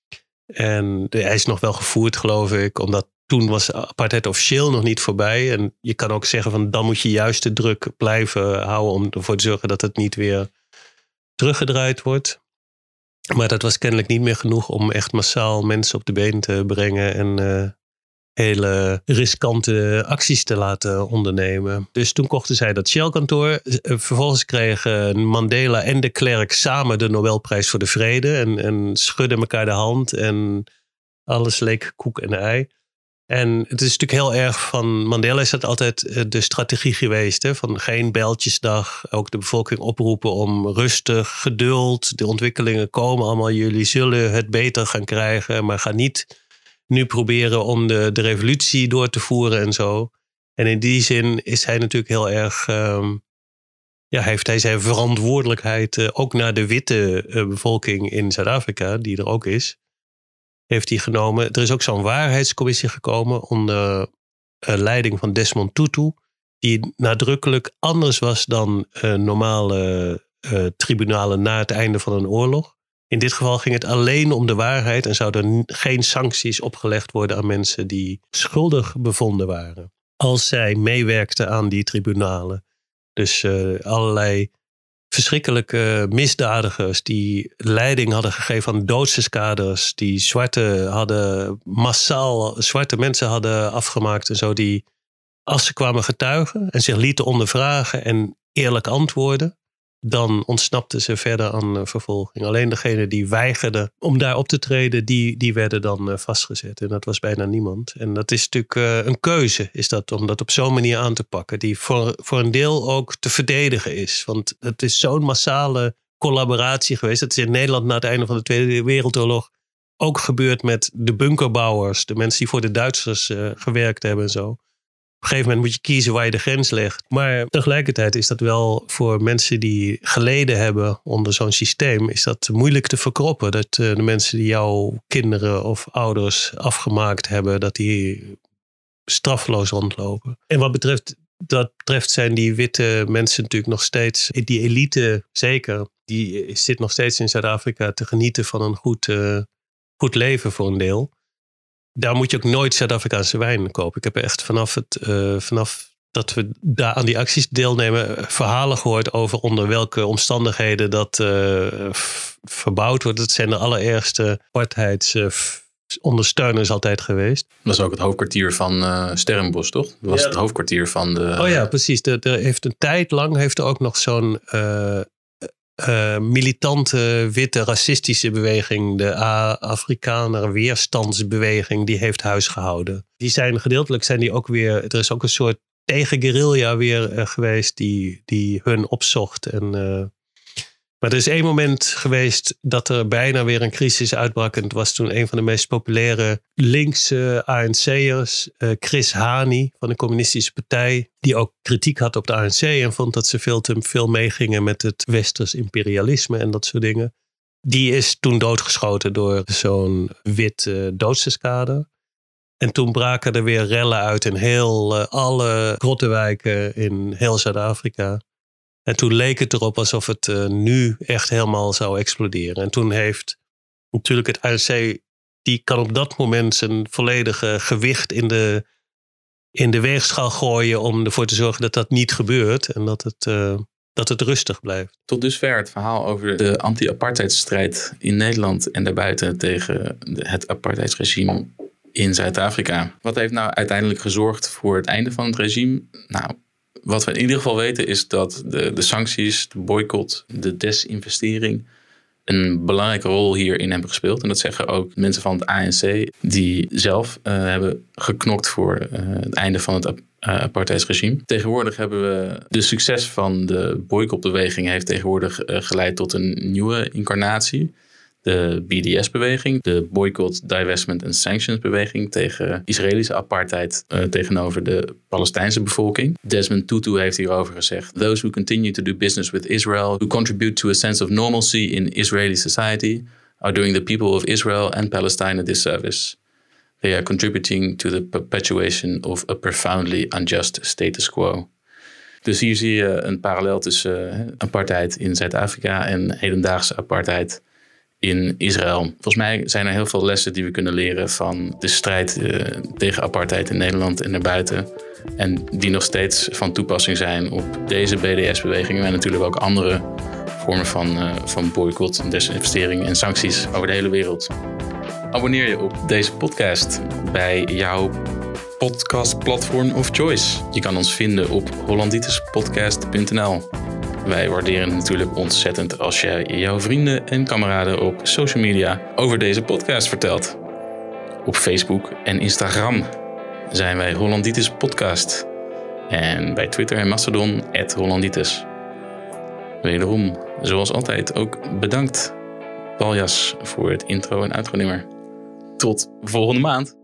En hij is nog wel gevoerd, geloof ik, omdat toen was apartheid officieel nog niet voorbij. En je kan ook zeggen van dan moet je juist de druk blijven houden om ervoor te zorgen dat het niet weer teruggedraaid wordt. Maar dat was kennelijk niet meer genoeg om echt massaal mensen op de been te brengen en hele riskante acties te laten ondernemen. Dus toen kochten zij dat Shell-kantoor. Vervolgens kregen Mandela en de Klerk samen de Nobelprijs voor de Vrede en schudden elkaar de hand en alles leek koek en ei. En het is natuurlijk heel erg van Mandela is dat altijd de strategie geweest. Hè? Van geen bijltjesdag. Ook de bevolking oproepen om rustig, geduld. De ontwikkelingen komen allemaal. Jullie zullen het beter gaan krijgen. Maar ga niet nu proberen om de revolutie door te voeren en zo. En in die zin is hij natuurlijk heel erg heeft hij zijn verantwoordelijkheid ook naar de witte bevolking in Zuid-Afrika, die er ook is, heeft hij genomen. Er is ook zo'n waarheidscommissie gekomen onder leiding van Desmond Tutu, die nadrukkelijk anders was dan normale tribunalen na het einde van een oorlog. In dit geval ging het alleen om de waarheid en zouden geen sancties opgelegd worden aan mensen die schuldig bevonden waren, als zij meewerkten aan die tribunalen. Dus allerlei verschrikkelijke misdadigers die leiding hadden gegeven aan doodseskaders, die massaal zwarte mensen hadden afgemaakt en zo, die als ze kwamen getuigen en zich lieten ondervragen en eerlijk antwoorden, dan ontsnapten ze verder aan vervolging. Alleen degene die weigerden om daar op te treden, die werden dan vastgezet. En dat was bijna niemand. En dat is natuurlijk een keuze, is dat, om dat op zo'n manier aan te pakken, die voor een deel ook te verdedigen is. Want het is zo'n massale collaboratie geweest. Het is in Nederland na het einde van de Tweede Wereldoorlog ook gebeurd met de bunkerbouwers, de mensen die voor de Duitsers gewerkt hebben en zo. Op een gegeven moment moet je kiezen waar je de grens legt. Maar tegelijkertijd is dat wel voor mensen die geleden hebben onder zo'n systeem, is dat moeilijk te verkroppen. Dat de mensen die jouw kinderen of ouders afgemaakt hebben, dat die straffeloos rondlopen. En wat betreft zijn die witte mensen natuurlijk nog steeds, die elite zeker, die zit nog steeds in Zuid-Afrika te genieten van een goed leven voor een deel. Daar moet je ook nooit Zuid-Afrikaanse wijn kopen. Ik heb echt vanaf dat we daar aan die acties deelnemen, verhalen gehoord over onder welke omstandigheden dat verbouwd wordt. Dat zijn de allerergste apartheidsondersteuners altijd geweest. Dat is ook het hoofdkwartier van Stellenbosch, toch? Dat was het hoofdkwartier van de... Oh ja, precies. Er heeft een tijd lang heeft er ook nog zo'n militante, witte, racistische beweging, de Afrikaner weerstandsbeweging, die heeft huis gehouden. Gedeeltelijk zijn die ook weer, er is ook een soort tegenguerrilla weer geweest die hun opzocht. Maar er is één moment geweest dat er bijna weer een crisis uitbrak. En het was toen een van de meest populaire linkse ANC'ers, Chris Hani van de Communistische Partij, die ook kritiek had op de ANC en vond dat ze veel te veel meegingen met het westers imperialisme en dat soort dingen. Die is toen doodgeschoten door zo'n wit doodseskader. En toen braken er weer rellen uit in alle grottenwijken in heel Zuid-Afrika. En toen leek het erop alsof het nu echt helemaal zou exploderen. En toen heeft natuurlijk het ANC, die kan op dat moment zijn volledige gewicht in de weegschaal gooien om ervoor te zorgen dat dat niet gebeurt en dat het rustig blijft. Tot dusver het verhaal over de anti-apartheidsstrijd in Nederland en daarbuiten tegen het apartheidsregime in Zuid-Afrika. Wat heeft nou uiteindelijk gezorgd voor het einde van het regime? Nou, wat we in ieder geval weten is dat de sancties, de boycott, de desinvestering een belangrijke rol hierin hebben gespeeld. En dat zeggen ook mensen van het ANC die zelf hebben geknokt voor het einde van het apartheidsregime. Tegenwoordig hebben we de succes van de boycottbeweging heeft tegenwoordig geleid tot een nieuwe incarnatie. De BDS-beweging, de Boycott, Divestment and Sanctions-beweging tegen Israëlische apartheid tegenover de Palestijnse bevolking. Desmond Tutu heeft hierover gezegd: "Those who continue to do business with Israel, who contribute to a sense of normalcy in Israeli society, are doing the people of Israel and Palestine a disservice. They are contributing to the perpetuation of a profoundly unjust status quo." Dus hier zie je een parallel tussen apartheid in Zuid-Afrika en hedendaagse apartheid in Israël. Volgens mij zijn er heel veel lessen die we kunnen leren van de strijd tegen apartheid in Nederland en daarbuiten. En die nog steeds van toepassing zijn op deze BDS-bewegingen. En natuurlijk ook andere vormen van boycott, desinvestering en sancties over de hele wereld. Abonneer je op deze podcast bij jouw podcastplatform of choice. Je kan ons vinden op hollandituspodcast.nl. Wij waarderen het natuurlijk ontzettend als jij jouw vrienden en kameraden op social media over deze podcast vertelt. Op Facebook en Instagram zijn wij Hollanditis Podcast. En bij Twitter en Mastodon @Hollanditis. Wederom, zoals altijd, ook bedankt Paljas voor het intro en outro nummer. Tot volgende maand.